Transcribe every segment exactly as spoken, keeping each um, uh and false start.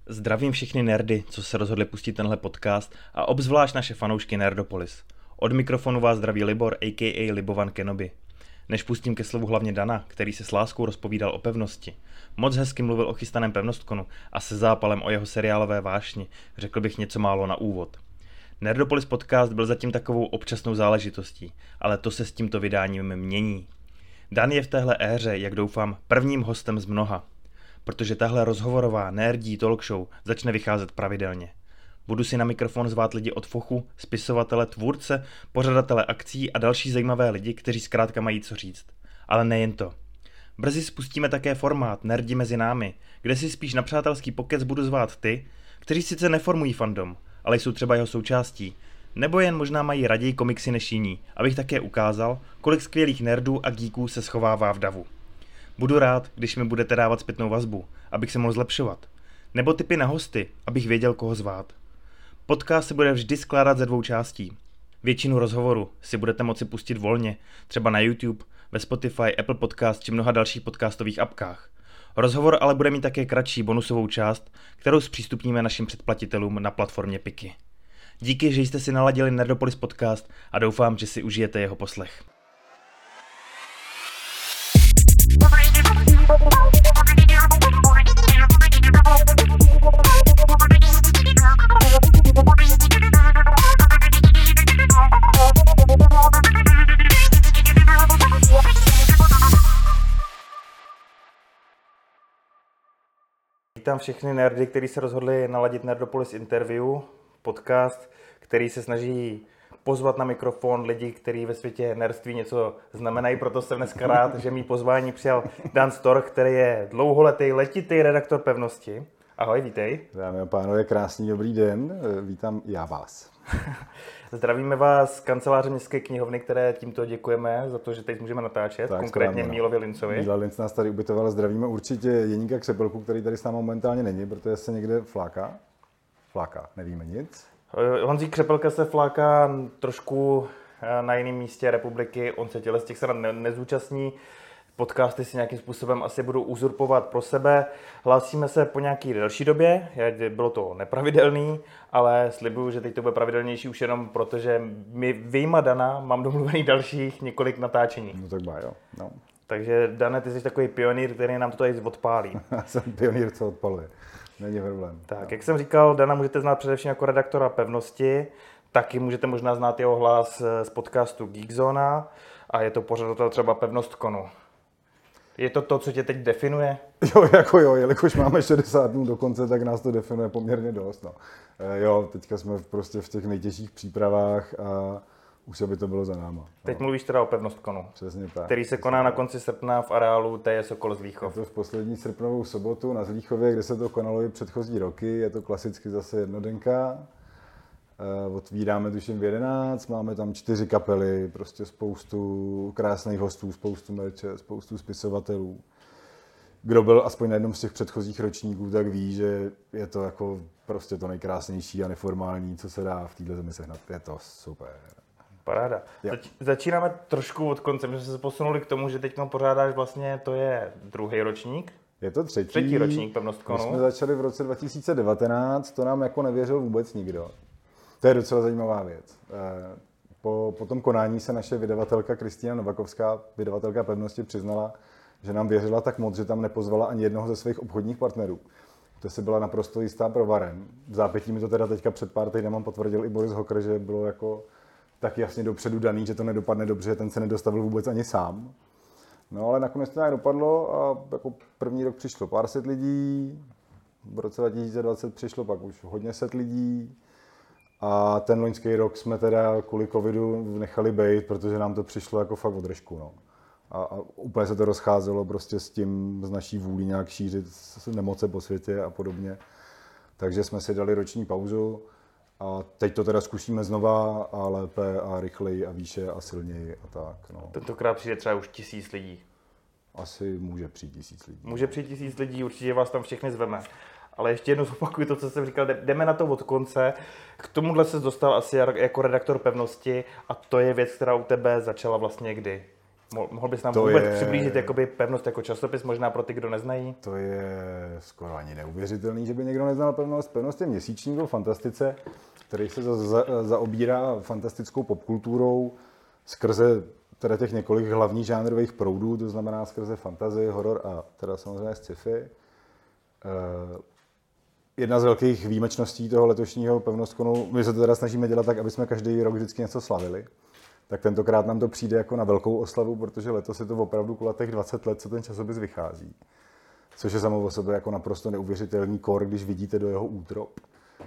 Zdravím všechny nerdy, co se rozhodli pustit tenhle podcast a obzvlášť naše fanoušky Nerdopolis. Od mikrofonu vás zdraví Libor, a k a. Libovan Kenobi. Než pustím ke slovu hlavně Dana, který se s láskou rozpovídal o pevnosti, moc hezky mluvil o chystaném pevnostkonu a se zápalem o jeho seriálové vášni, řekl bych něco málo na úvod. Nerdopolis podcast byl zatím takovou občasnou záležitostí, ale to se s tímto vydáním mění. Dan je v téhle éře, jak doufám, prvním hostem z mnoha, protože tahle rozhovorová nerdí talk show začne vycházet pravidelně. Budu si na mikrofon zvát lidi od fochu, spisovatele, tvůrce, pořadatele akcí a další zajímavé lidi, kteří zkrátka mají co říct. Ale nejen to. Brzy spustíme také formát Nerdi mezi námi, kde si spíš na přátelský pokec budu zvát ty, kteří sice neformují fandom, ale jsou třeba jeho součástí, nebo jen možná mají raději komiksy než jiní, abych také ukázal, kolik skvělých nerdů a geeků se schovává v davu. Budu rád, když mi budete dávat zpětnou vazbu, abych se mohl zlepšovat, nebo tipy na hosty, abych věděl, koho zvát. Podcast se bude vždy skládat ze dvou částí. Většinu rozhovoru si budete moci pustit volně, třeba na YouTube, ve Spotify, Apple Podcast či mnoha dalších podcastových apkách. Rozhovor ale bude mít také kratší bonusovou část, kterou zpřístupníme našim předplatitelům na platformě Piky. Díky, že jste si naladili Nerdopolis podcast a doufám, že si užijete jeho poslech. Vítám všechny nerdy, kteří se rozhodli naladit Nerdopolis Interview, podcast, který se snaží pozvat na mikrofon lidi, kteří ve světě nerdství něco znamenají, proto jsem dneska rád, že mý pozvání přijal Dan Storch, který je dlouholetý letitý redaktor Pevnosti. Ahoj, vítej. Dámy a pánové, krásný dobrý den, vítám já vás. Zdravíme vás z kanceláře Městské knihovny, které tímto děkujeme za to, že teď můžeme natáčet, tak, konkrétně no. Mílovi Lincovi. Míla Linc nás tady ubytovala, zdravíme určitě Jeníka Křepelku, který tady s námi momentálně není, protože se někde fláká. Fláká, nevíme nic. Honzík Křepelka se fláká trošku na jiném místě republiky, on se těle z těch se ne- nezúčastní. Podcasty si nějakým způsobem asi budou uzurpovat pro sebe. Hlásíme se po nějaký delší době, bylo to nepravidelný, ale slibuju, že teď to bude pravidelnější už jenom proto, že mi vyjma Dana mám domluvený dalších několik natáčení. No tak bá, jo. No. Takže Dane, ty jsi takový pionýr, který nám to tady odpálí. Já jsem pionýr, co odpaluje. Není problém. Tak, no. Jak jsem říkal, Dana můžete znát především jako redaktora Pevnosti, taky můžete možná znát jeho hlas z podcastu Geekzona a je to pořadatel třeba Pevnostkonu. Je to to, co tě teď definuje? Jo, jako jo, jelikož máme šedesát dnů do konce, tak nás to definuje poměrně dost. No. E, jo, teďka jsme prostě v těch nejtěžších přípravách a už aby to bylo za náma. Teď no. mluvíš teda o Pevnostkonu, Přesně tak. Který se koná na konci srpna v areálu T J Sokol Zlíchov. Je to v poslední srpnovou sobotu na Zlíchově, kde se to konalo i předchozí roky. Je to klasicky zase jednodenka. E, otvíráme tuším v jedenáct, máme tam čtyři kapely, prostě spoustu krásných hostů, spoustu merče, spoustu spisovatelů. Kdo byl aspoň na jednom z těch předchozích ročníků, tak ví, že je to jako prostě to nejkrásnější a neformální, co se dá v této zemi sehnat. Je to super. Paráda. Zač- začínáme trošku od konce, my jsme se posunuli k tomu, že teď pořádáš vlastně, to je druhý ročník. Je to třetí. Třetí ročník Pevnostkonu. My jsme začali v roce dva tisíce devatenáct, to nám jako nevěřil vůbec nikdo. To je docela zajímavá věc. Po, po tom konání se naše vydavatelka Kristýna Novakovská, vydavatelka Pevnosti, přiznala, že nám věřila tak moc, že tam nepozvala ani jednoho ze svých obchodních partnerů. To se byla naprosto jistá provarem. V zápětí mi to teda teďka před pár týdny potvrdil i Boris Hokr, že bylo jako tak jasně dopředu daný, že to nedopadne dobře, ten se nedostavil vůbec ani sám. No ale nakonec to nějak dopadlo a jako první rok přišlo pár set lidí, v roce dva tisíce dvacet přišlo pak už hodně set lidí a ten loňský rok jsme teda kvůli covidu nechali bejt, protože nám to přišlo jako fakt od držku, no. A, a úplně se to rozcházelo prostě s tím, s naší vůlí nějak šířit nemoce po světě a podobně. Takže jsme si dali roční pauzu a teď to teda zkusíme znova a lépe a rychleji a výše a silněji a tak. No. Tentokrát přijde třeba už tisíc lidí. Asi může přijít tisíc lidí. Může přijít tisíc lidí, určitě vás tam všechny zveme. Ale ještě jednou zopakuju to, co jsem říkal, jdeme na to od konce. K tomuhle se dostal asi jako redaktor Pevnosti a to je věc, která u tebe začala vlastně kdy? Mohl bys nám to vůbec je, přiblížit jakoby Pevnost jako časopis, možná pro ty, kdo neznají? To je skoro ani neuvěřitelný, že by někdo neznal Pevnost. Pevnost je měsíčník o fantastice, který se za, za, zaobírá fantastickou popkulturou skrze teda těch několik hlavních žánrových proudů, to znamená skrze fantasy, horor a teda samozřejmě sci-fi. Jedna z velkých výjimečností toho letošního Pevnostkonu, my se to teda snažíme dělat tak, aby jsme každý rok vždycky něco slavili, tak tentokrát nám to přijde jako na velkou oslavu, protože letos je to opravdu kulatých dvacet let, co ten časopis vychází. Což je samo o sobě jako naprosto neuvěřitelný kor, když vidíte do jeho útrop.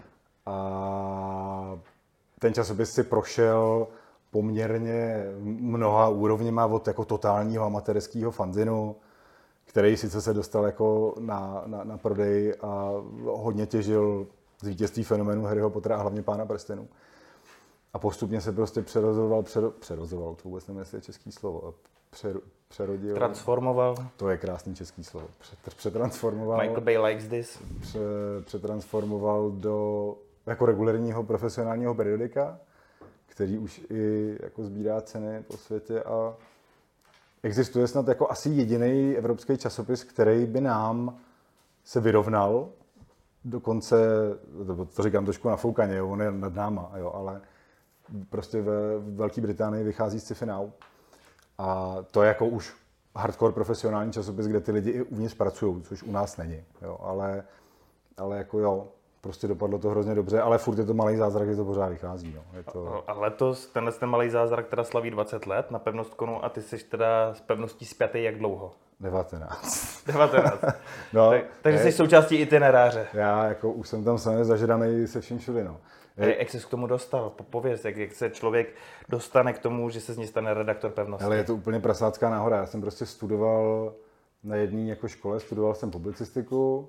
A ten časopis si prošel poměrně mnoha úrovněma od jako totálního amatérského fanzinu, který sice se dostal jako na, na, na prodej a hodně těžil z vítězství fenoménu Harryho Pottera a hlavně Pána prstenů. A postupně se prostě přerozoval, přero, přerozoval, to vůbec nevím, jestli je český slovo, přer, přerodil. Transformoval. To je krásný český slovo. Přet, přetransformoval. Michael Bay likes this. Pře, přetransformoval do jako regulérního profesionálního periodika, který už i jako sbírá ceny po světě a existuje snad jako asi jediný evropský časopis, který by nám se vyrovnal, dokonce, to říkám trošku nafoukaně, jo, on je nad náma, jo, ale prostě ve Velké Británii vychází Sci-Fi Now a to je jako už hardcore profesionální časopis, kde ty lidi i uvnitř pracují, což u nás není, jo, ale, ale jako jo, prostě dopadlo to hrozně dobře, ale furt je to malý zázrak, že to pořád vychází. No. Je to... A letos tenhle ten malý zázrak teda slaví dvacet let na Pevnostkonu a ty jsi teda s pevností spjatý jak dlouho? devatenáct. devatenáct. No, tak, takže je, jsi součástí itineráře. Já jako už jsem tam samozřejmě zažranej se vším všudy. No. Je, jak jsi k tomu dostal? Pověz, jak, jak se člověk dostane k tomu, že se z něj stane redaktor Pevnosti? Ale je to úplně prasácká náhoda. Já jsem prostě studoval na jedné jako škole, studoval jsem publicistiku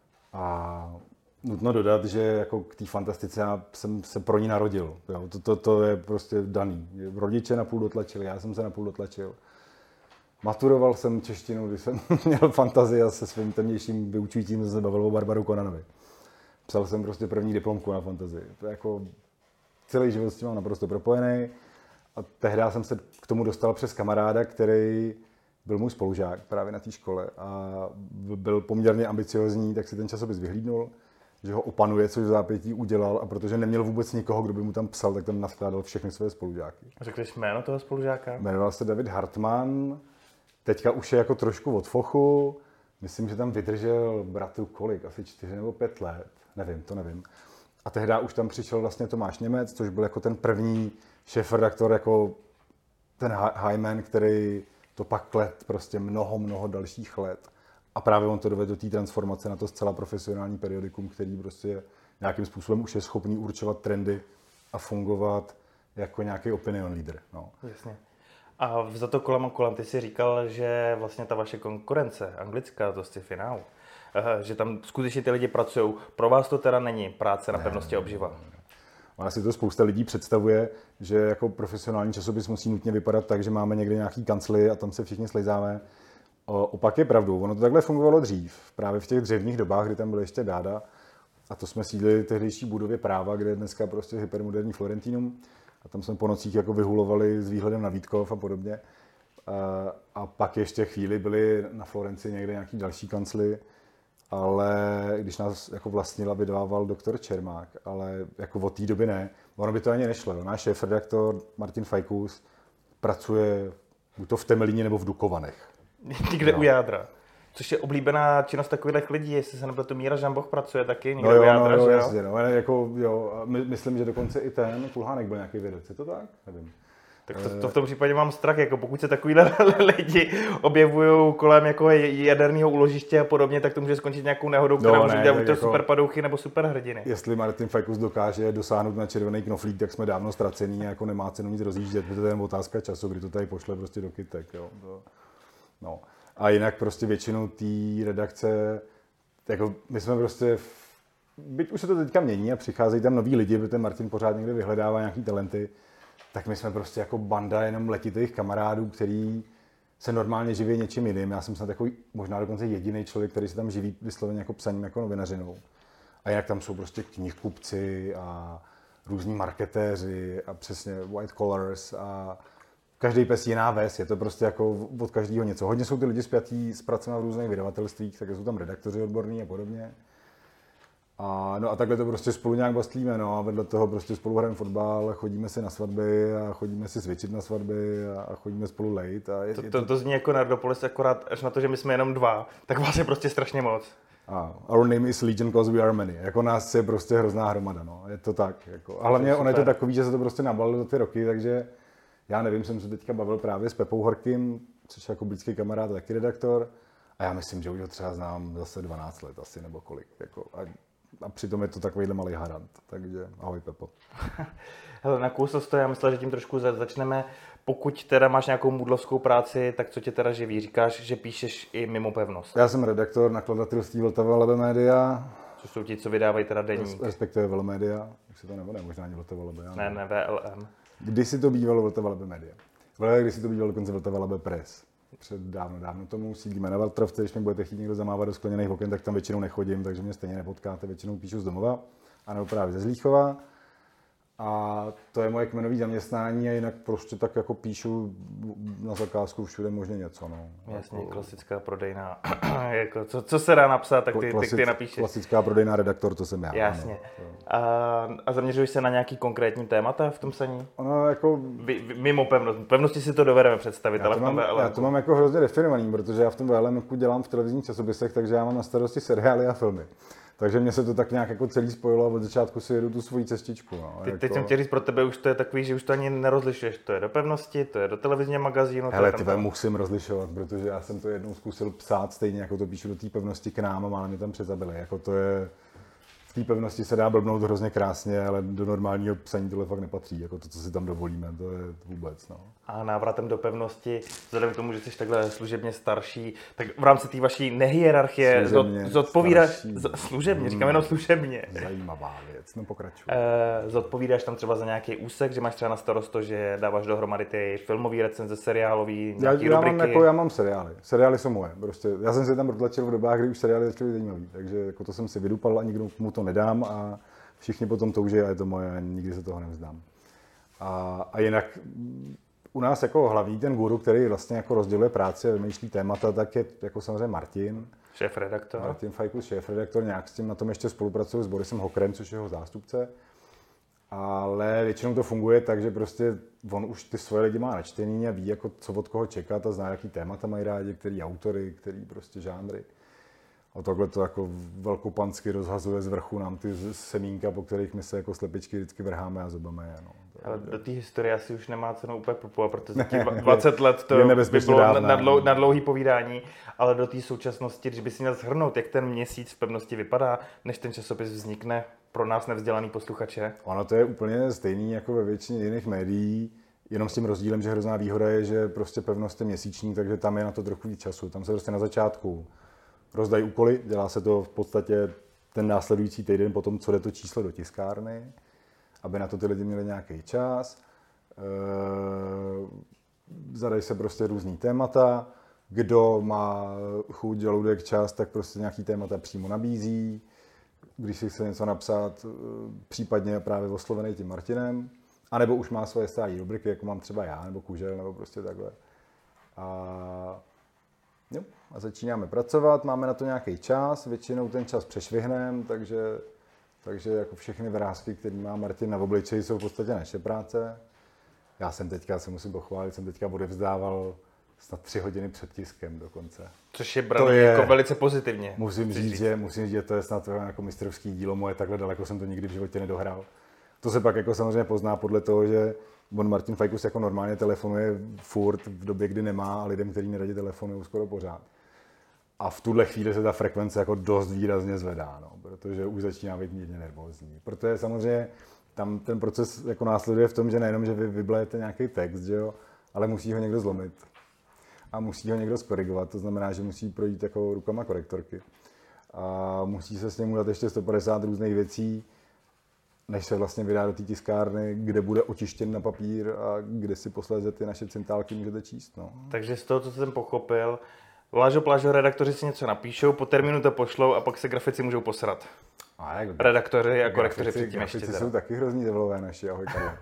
a nutno dodat, že jako k té fantastice já jsem se pro ní narodil. Jo. To, to, to je prostě daný. Rodiče napůl dotlačili, já jsem se napůl dotlačil. Maturoval jsem češtinu, když jsem měl fantazii a se svým temnějším vyučujícím se bavil o Barbaru Conanovi. Psal jsem prostě první diplomku na fantazii. To jako celý život s tím mám naprosto propojený. A tehdy jsem se k tomu dostal přes kamaráda, který byl můj spolužák právě na té škole a byl poměrně ambiciozní, tak si ten časopis vyhlídnul, že ho opanuje, což v zápětí udělal a protože neměl vůbec nikoho, kdo by mu tam psal, tak tam naskládal všechny své spolužáky. Řekli jsi jméno toho spolužáka? Jmenoval se David Hartmann, teďka už je jako trošku od fochu, myslím, že tam vydržel bratu kolik, asi čtyři nebo pět let, nevím, to nevím. A tehdy už tam přišel vlastně Tomáš Němec, což byl jako ten první šéfredaktor, jako ten highman, který to pak klet prostě mnoho, mnoho dalších let. A právě on to dovedl do té transformace na to zcela profesionální periodikum, který prostě nějakým způsobem už je schopný určovat trendy a fungovat jako nějaký opinion leader. No. Jasně. A za to kolem a kolem, ty jsi říkal, že vlastně ta vaše konkurence, anglická, to Sci-Fi Now, že tam skutečně ty lidi pracují. Pro vás to teda není práce na ne, pevnosti obživa? Ne, ne. Ona si to spousta lidí představuje, že jako profesionální časopis musí nutně vypadat tak, že máme někde nějaký kancly a tam se všichni slejzáme. Opak je pravdou. Ono to takhle fungovalo dřív, právě v těch dřevních dobách, kdy tam byl ještě Dáda. A to jsme sídlili v tehdejší budově Práva, kde je dneska prostě hypermoderní Florentinum. A tam jsme po nocích jako vyhulovali s výhledem na Vítkov a podobně. A, a pak ještě chvíli byli na Florenci někde nějaký další kancly, ale když nás jako vlastnila, vydával doktor Čermák, ale jako od té doby ne. Ono by to ani nešlo. Náš šéfredaktor Martin Fajkus pracuje buď to v Temelíně nebo v Dukovanech. Někde no. U jádra. Což je oblíbená činnost takových lidí, jestli se nepletu, Míra Žamboch pracuje taky někde no jo, u jádra, no, že jo? Jasně, no, jako, jo, my, myslím, že dokonce i ten Kulhánek byl nějaký vědec, je to tak? Nevím. Tak to, to v tom případě mám strach, jako pokud se takovýhle lidi objevují kolem jako jaderného úložiště a podobně, tak to může skončit nějakou nehodou, která no, může dělat buď to jako, super padouchy nebo super hrdiny. Jestli Martin Fajkus dokáže dosáhnout na červený knoflík, tak jsme dávno ztracení a jako nemá cenu nic rozjíždět, protože to je otázka času, kdy to tady pošle prostě do kytek. Jo. To, no. A jinak prostě většinou té redakce, jako my jsme prostě, byť už se to teďka mění a přicházejí tam noví lidi, protože ten Martin pořád někde vyhledává nějaký talenty, tak my jsme prostě jako banda jenom letitých kamarádů, který se normálně živí něčím jiným. Já jsem snad takový možná dokonce jediný člověk, který se tam živí vysloveně jako psaním, jako novinařinou. A jinak tam jsou prostě knihkupci a různí marketéři a přesně white collars a každý pes jiná ves, je to prostě jako od každého něco. Hodně jsou ty lidi spjatí s pracemi v různých vydavatelstvích, takže jsou tam redaktoři odborní a podobně. A, no a takhle to prostě spolu nějak bastlíme, no a vedle toho prostě spolu hrajeme fotbal, chodíme si na svatby a chodíme si cvičit na svatby a, a chodíme spolu lejt. A je, to, je to, to zní jako Nerdopolis, akorát až na to, že my jsme jenom dva, tak vás je prostě strašně moc. A our name is Legion cause we are many. Jako nás je prostě hrozná hromada, no. Je to tak. Jako. A hlavně ono je to takový, že se to prostě nabalilo do ty roky, takže já nevím, jsem se teďka bavil právě s Pepou Horkým, což je jako blízký kamarád a taky redaktor. A já myslím, že už ho třeba znám zase dvanáct let asi, nebo kolik. Jako, a, a přitom je to takovýhle malý harant. Takže ahoj Pepo. Hele, na kousl to já myslel, že tím trošku začneme. Pokud teda máš nějakou můdlovskou práci, tak co tě teda živí? Říkáš, že píšeš i mimo pevnost. Já jsem redaktor nakladatelství Vltava Labe Media. Což jsou ti, co vydávají teda deník. Respektive Velmedia. Jak se to nebude, možná ani Vltava Labe. Ne, ne, V L M. Když si to bývalo Vltava Labe Media. Ale když si to bývalo dokonce Vltava Labe Press. Před dávno, dávno tomu sídlíme na Valtrovce, když mi budete chtít někdo zamávat do skleněných oken, tak tam většinou nechodím, takže mě stejně nepotkáte, většinou píšu z domova, anebo právě ze Zlíchova. A to je moje kmenové zaměstnání a jinak prostě tak jako píšu na zakázku všude možně něco. No. Jasně, jako, klasická prodejná. jako, co, co se dá napsat, tak ty, klasic, ty, ty napíšeš. Klasická prodejná redaktor, to jsem já. Jasně. Ano. A, a zaměřuješ se na nějaký konkrétní témata v tom psaní? Ono jako... Vy, vy, mimo pevnost. Pevnosti si to dovedeme představit, já ale to, v tom mám, V L M. já to mám jako hrozně definovaný, protože já v tom V L M dělám v televizních časopisech, takže já mám na starosti seriály a filmy. Takže mě se to tak nějak jako celý spojilo a od začátku si jedu tu svoji cestičku. No, Ty, jako... Teď jsem chtěl říct, pro tebe už to je takový, že už to ani nerozlišuješ. To je do pevnosti, to je do televizního magazínu. Hele, ty tam... musím rozlišovat, protože já jsem to jednou zkusil psát stejně, jako to píšu do té pevnosti k nám a málo mě tam přezabili. Jako to je... V té pevnosti se dá blbnout hrozně krásně, ale do normálního psaní tohle fakt nepatří. Jako to, co si tam dovolíme, to je vůbec. No. A návratem do pevnosti, vzhledem k tomu, že jsi takhle služebně starší, tak v rámci té vaší nehierarchie zodpovídáš... Z, služebně, říkám jenom služebně. Zajímavá věc, no pokračuj. E, zodpovídáš tam třeba za nějaký úsek, že máš třeba na starost to, že dáváš dohromady ty filmový recenze, seriálový, nějaký já, já rubriky. Mám jako, já mám seriály. Seriály jsou moje. Prostě, já jsem si tam protlačil v dobách, kdy už seriály začaly zajímavý. Takže jako to jsem si vydupal a nikdo mu to nedám a všichni potom touží a je to moje a nikdy se toho nevzdám. A, a jinak u nás jako hlavní ten guru, který vlastně jako rozděluje práci a vymýšlí témata, tak je jako samozřejmě Martin. Šéfredaktor. Martin Fajkus, šéfredaktor, nějak s tím na tom ještě spolupracuje s Borisem Hokrem, což je jeho zástupce. Ale většinou to funguje tak, že prostě on už ty svoje lidi má načtený a ví, jako, co od koho čekat a zná, jaký témata mají rádi, který autory, který prostě žánry. A takhle to jako velkopansky rozhazuje z vrchu nám ty semínka, po kterých my se jako slepičky vždycky vrháme a zobáme je. No. Ale do té historie asi už nemá cenu úplně propovat, protože dvacet let to by bylo dávná, na, dlou, na dlouhý povídání, ale do té současnosti, když by si měl shrnout, jak ten měsíc v pevnosti vypadá, než ten časopis vznikne pro nás nevzdělaný posluchače. Ono to je úplně stejný jako ve většině jiných médií, jenom s tím rozdílem, že hrozná výhoda je, že prostě pevnost je měsíční, takže tam je na to trochu víc času. Tam se prostě na začátku rozdají úkoly, dělá se to v podstatě ten následující týden po tom, co jde to číslo do tiskárny, aby na to ty lidi měli nějaký čas. E, zadají se prostě různý témata, kdo má chuť, žaludek, čas, tak prostě nějaký témata přímo nabízí. Když si chce něco napsat, případně právě oslovený tím Martinem, anebo už má svoje stálé rubriky, jako mám třeba já, nebo Kužel, nebo prostě takhle. A Jo, a začínáme pracovat, máme na to nějaký čas, většinou ten čas přešvihneme, takže, takže jako všechny vrásky, které má Martin na obličeji, jsou v podstatě naše práce. Já jsem teďka, se musím pochválit, jsem teďka odevzdával snad tři hodiny před tiskem dokonce. Což je brané jako velice pozitivně. Musím říct, že, musím říct, že to je snad jako mistrovský dílo moje, takhle daleko jsem to nikdy v životě nedohrál. To se pak jako samozřejmě pozná podle toho, že on Martin Fajkus jako normálně telefonuje furt v době, kdy nemá a lidem, kteří neradí telefonují skoro pořád. A v tuhle chvíli se ta frekvence jako dost výrazně zvedá, no, protože už začíná být mírně nervózní. Protože samozřejmě tam ten proces jako následuje v tom, že nejenom, že vy vyblejete nějaký text, že jo, ale musí ho někdo zlomit. A musí ho někdo skorigovat, to znamená, že musí projít jako rukama korektorky. A musí se s němu dát ještě sto padesát různých věcí, než se vlastně vydá do té tiskárny, kde bude otištěn na papír a kde si posléze ty naše centálky můžete číst. No. Takže z toho, co jsem pochopil, Lážo Plážo redaktoři si něco napíšou, po termínu to pošlou a pak se grafici můžou posrat. A jak, redaktoři a korektoři předtím ještě. Grafici jsou taky hrozný devilové naši, ahoj Karle.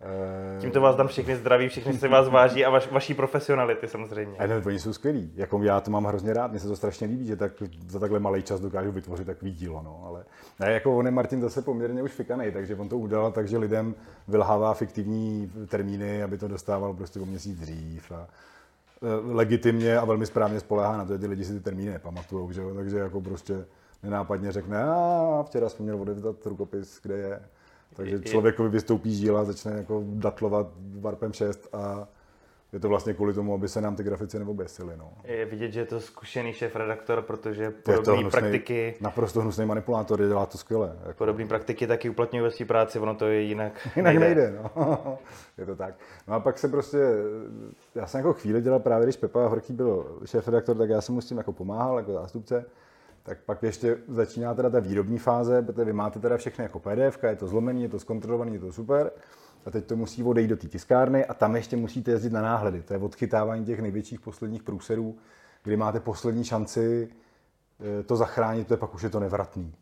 Tímto vás dám všechny zdraví, všichni se vás váží a vaš, vaší profesionality samozřejmě. A ne, oni jsou skvělí. Jako já to mám hrozně rád, mně se to strašně líbí, že tak za takhle malý čas dokážu vytvořit takový dílo. No. Ale ne, jako on je Martin zase poměrně už fikanej, takže on to udělal tak, že lidem vylhává fiktivní termíny, aby to dostával prostě o měsíc dřív. A legitimně a velmi správně spoléhá na to, že ty lidi si ty termíny nepamatujou, že jo? Takže jako prostě nenápadně řekne, a včera jsem měl odevzdat rukopis, kde je. Takže člověkovi vystoupí žíla, začne jako datlovat warpem šest a je to vlastně kvůli tomu, aby se nám ty grafici neoběsily. No. Je vidět, že je to zkušený šéf-redaktor, protože podobné praktiky... Naprosto hnusný manipulátor, dělá to skvěle. Jako. Podobné praktiky taky uplatňují ve své práci, ono to je jinak Jinak nejde, nejde no. Je to tak. No a pak se prostě, já jsem jako chvíli dělal právě, když Pepa Horký byl šéf-redaktor, tak já jsem mu s tím jako pomáhal jako zástupce. Tak pak ještě začíná teda ta výrobní fáze, protože vy máte teda všechny jako P D F, je to zlomený, je to zkontrolovaný, je to super. A teď to musí odejít do té tiskárny a tam ještě musíte jezdit na náhledy. To je odchytávání těch největších posledních průserů, kdy máte poslední šanci to zachránit, protože pak už je to nevratný.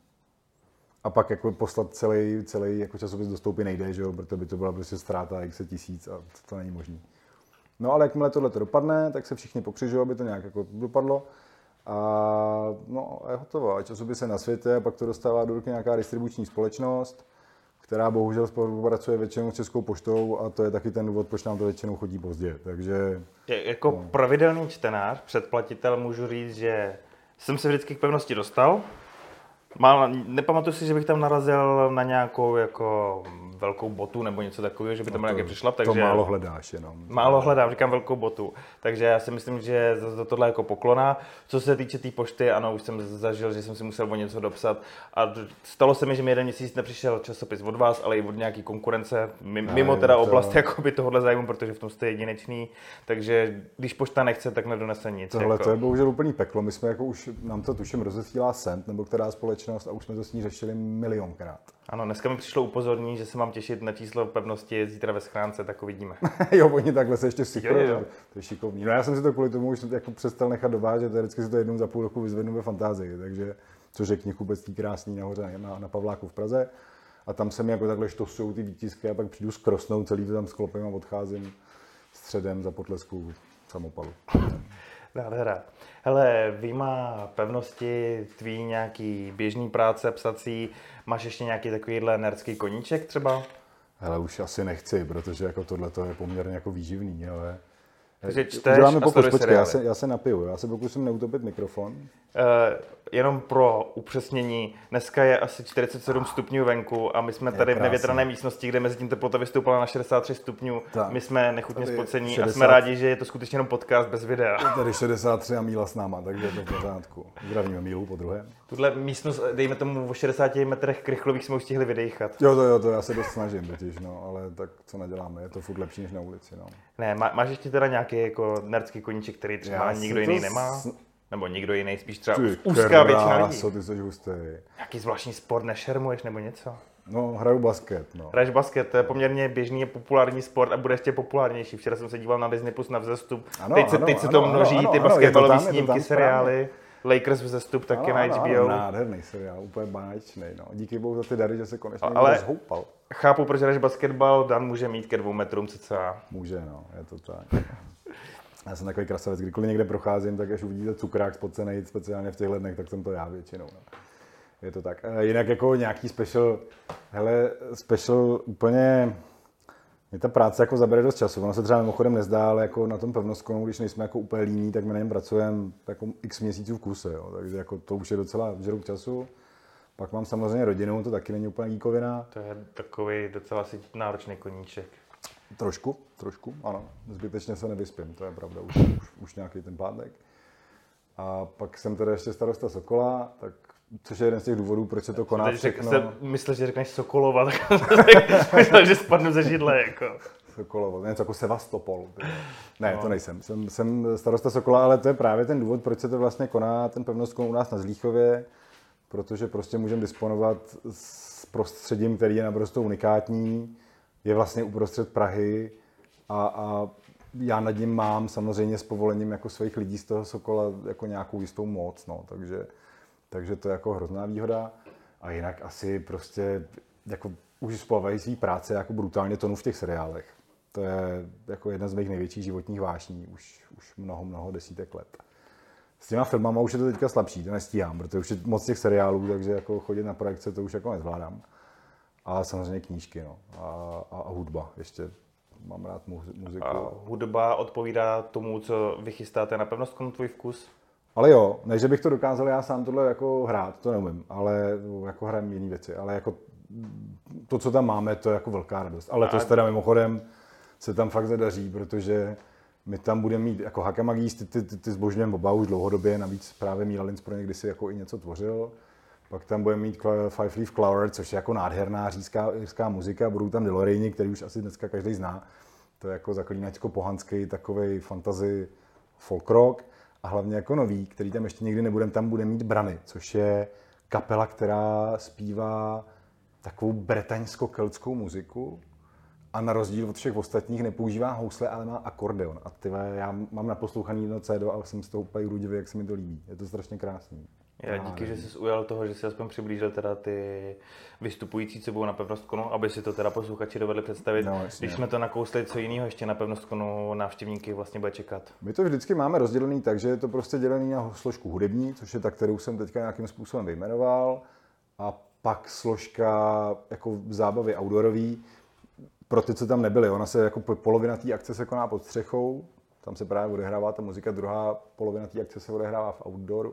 A pak jako poslat celý, celý jako časopis do stoupy nejde, že jo? Protože by to byla prostě ztráta x tisíc a to není možný. No ale jakmile tohle to dopadne, tak se všichni pokřižují, aby to nějak jako dopadlo. A no, je hotovo. A časopis je na světě, a pak to dostává do ruky nějaká distribuční společnost, která bohužel spolupracuje většinou s Českou poštou a to je taky ten důvod, proč nám to většinou chodí pozdě. Takže, je, jako no. Pravidelný čtenář, předplatitel můžu říct, že jsem se vždycky k pevnosti dostal. Mal, nepamatuji si, že bych tam narazil na nějakou jako velkou botu nebo něco takového, že by tam no nějaké přišla. Takže to málo hledáš jenom. Málo hledám, říkám velkou botu. Takže já si myslím, že za tohle jako poklona. Co se týče té tý pošty, ano, už jsem zažil, že jsem si musel o něco dopsat. A stalo se mi, že mi jeden měsíc nepřišel časopis od vás, ale i od nějaký konkurence. Mimo teda to... oblast jakoby tohohle zájmu, protože v tom jste jedinečný. Takže když pošta nechce, tak nedonese nic. Tohle jako. To je bohužel úplný peklo. My jsme jako už, nám to tuším rozesílá Send, nebo která společnost a už jsme to s ní řešili milionkrát. Ano, dneska mi přišlo upozornění, že se mám těšit na číslo pevnosti zítra ve schránce, tak uvidíme. Jo, oni takhle se ještě synchronizují. To je šikovný. No já jsem si to kvůli tomu už jako přestal nechat dovážet, vždycky si to jednou za půl roku vyzvednu ve Fantázii, takže což je knihkupectví krásný nahoře na, na Pavláku v Praze. A tam se mi jako takhle štosují ty výtisky a pak přijdu skrosnout, celý to tam sklopím a odcházím středem za potlesku samopalu. Nádhera. Hele, vyjma pevnosti, tvý nějaký běžný práce, psací, máš ještě nějaký takovýhle nerdský koníček třeba? Hele, už asi nechci, protože jako tohle to je poměrně jako výživný, ale... Takže čteš a sleduješ seriály. Já se, já se napiju, já se pokusím neutopit mikrofon. Uh, jenom pro upřesnění, dneska je asi čtyřicet sedm stupňů venku a my jsme tady v nevětrané místnosti, kde mezi tím teplota vystoupala na šedesát tři stupňů. Tak. My jsme nechutně spocení šedesát... a jsme rádi, že je to skutečně jenom podcast bez videa. Tady šedesát tři a Míla s náma, takže je to v pořádku. Zdravíme Mílu po druhé. Tuhle místnost, dejme tomu o šedesáti metrech krychlových jsme už stihli vydejchat. Jo, to jo, to já se dost snažím totiž, no, ale tak co neděláme, je to furt lepší než na ulici, no. Ne, má, máš ještě teda nějaký jako nerdský koníček, který třeba já nikdo jiný s... nemá? Nebo nikdo jiný, spíš třeba ty, úzká většina lidí. Ty jsi hustý. Nějaký zvláštní sport, nešermuješ nebo něco? No, hraju basket, no. Hraješ basket, to je poměrně běžný, populární sport a bude ještě populárnější. Včera jsem se díval na Disney Plus na vzestup. Ano, teď se, ano, teď se to množí, ano, ty basketbalové snímky, seriály. Lakers vzestup taky ano, na H B O. Ano, nádherný seriál, úplně báječný. No. Díky bohu za ty dary, že se konečně ale zhoupal. Chápu, proč hraješ basketbal, Dan může mít ke dvou metrům cca. Může, no, je to tak. Já jsem takový krasavec, kdykoliv někde procházím, tak až uvidíte cukrák spocený, speciálně v těchto dnech, tak jsem to já většinou. No. Je to tak. Jinak jako nějaký special, hele, special úplně, mě ta práce jako zabere dost času. Ono se třeba mimochodem nezdá, ale jako na tom pevnostkonu, když nejsme jako úplně líní, tak my na něm pracujeme jako x měsíců v kuse, jo. Takže jako to už je docela žrout času. Pak mám samozřejmě rodinu, to taky není úplně díkovina. To je takový docela asi náročný koníček. Trošku, trošku, ano. Zbytečně se nevyspím, to je pravda, už, už, už nějaký ten pátek. A pak jsem teda ještě starosta Sokola, tak, což je jeden z těch důvodů, proč se to koná teď všechno. Řek, myslel, že řekneš Sokolova, tak myslel, že spadnu ze židle, jako. Sokolova, něco jako Sevastopol. Ne, no. To nejsem. Jsem, jsem starosta Sokola, ale to je právě ten důvod, proč se to vlastně koná, ten pevnostkon u nás na Zlíchově, protože prostě můžeme disponovat s prostředím, který je naprosto unikátní, je vlastně uprostřed Prahy a, a já nad ním mám samozřejmě s povolením jako svých lidí z toho Sokola jako nějakou jistou moc, no, takže, takže to je jako hrozná výhoda a jinak asi prostě jako už spolavají svý práce jako brutálně tonu v těch seriálech. To je jako jedna z mých největších životních vášní už, už mnoho, mnoho desítek let. S těma filmama už je to teďka slabší, to nestíhám, protože už je moc těch seriálů, takže jako chodit na projekce to už jako nezvládám. A samozřejmě knížky, no. A, a, a hudba ještě. Mám rád muziku. A hudba odpovídá tomu, co vy chystáte na pevnostkonu, tvůj vkus? Ale jo, ne, že bych to dokázal já sám tohle jako hrát, to neumím, ale jako hrajem jiné věci, ale jako to, co tam máme, to je jako velká radost. Ale to teda mimochodem se tam fakt zadaří, protože my tam budeme mít jako Haka Magis, ty, ty, ty, ty zbožňujeme oba už dlouhodobě, navíc právě Míla Linz pro ně kdysi jako i něco tvořil. Pak tam budeme mít Five Leaf Clover, což je jako nádherná říská, říská muzika, budou tam Delorejni, který už asi dneska každý zná. To je jako zaklínačko-pohanský takovej fantasy folk rock. A hlavně jako nový, který tam ještě nikdy nebudeme, tam bude mít Brany, což je kapela, která zpívá takovou bretaňsko-keltskou muziku a na rozdíl od všech ostatních nepoužívá housle, ale má akordeon. A tyhle, já mám naposlouchaný jedno C D a jsem z toho úplně rudivý, jak se mi to líbí. Je to strašně krásný. Já díky, že jsi ujal toho, že jsi aspoň přiblížil teda ty vystupující, co budou na pevnostkonu, aby si to teda posluchači dovedli představit. No, když jsme to nakousli, co jiného ještě na pevnostkonu návštěvníky vlastně bude čekat? My to vždycky máme rozdělený tak, že je to prostě dělený na složku hudební, což je ta, kterou jsem teďka nějakým způsobem vyjmenoval, a pak složka jako zábavy outdoorový. Pro ty, co tam nebyli, ona se jako polovina té akce se koná pod střechou, tam se právě odehrává ta muzika, druhá polovina té akce se odehrává v outdooru.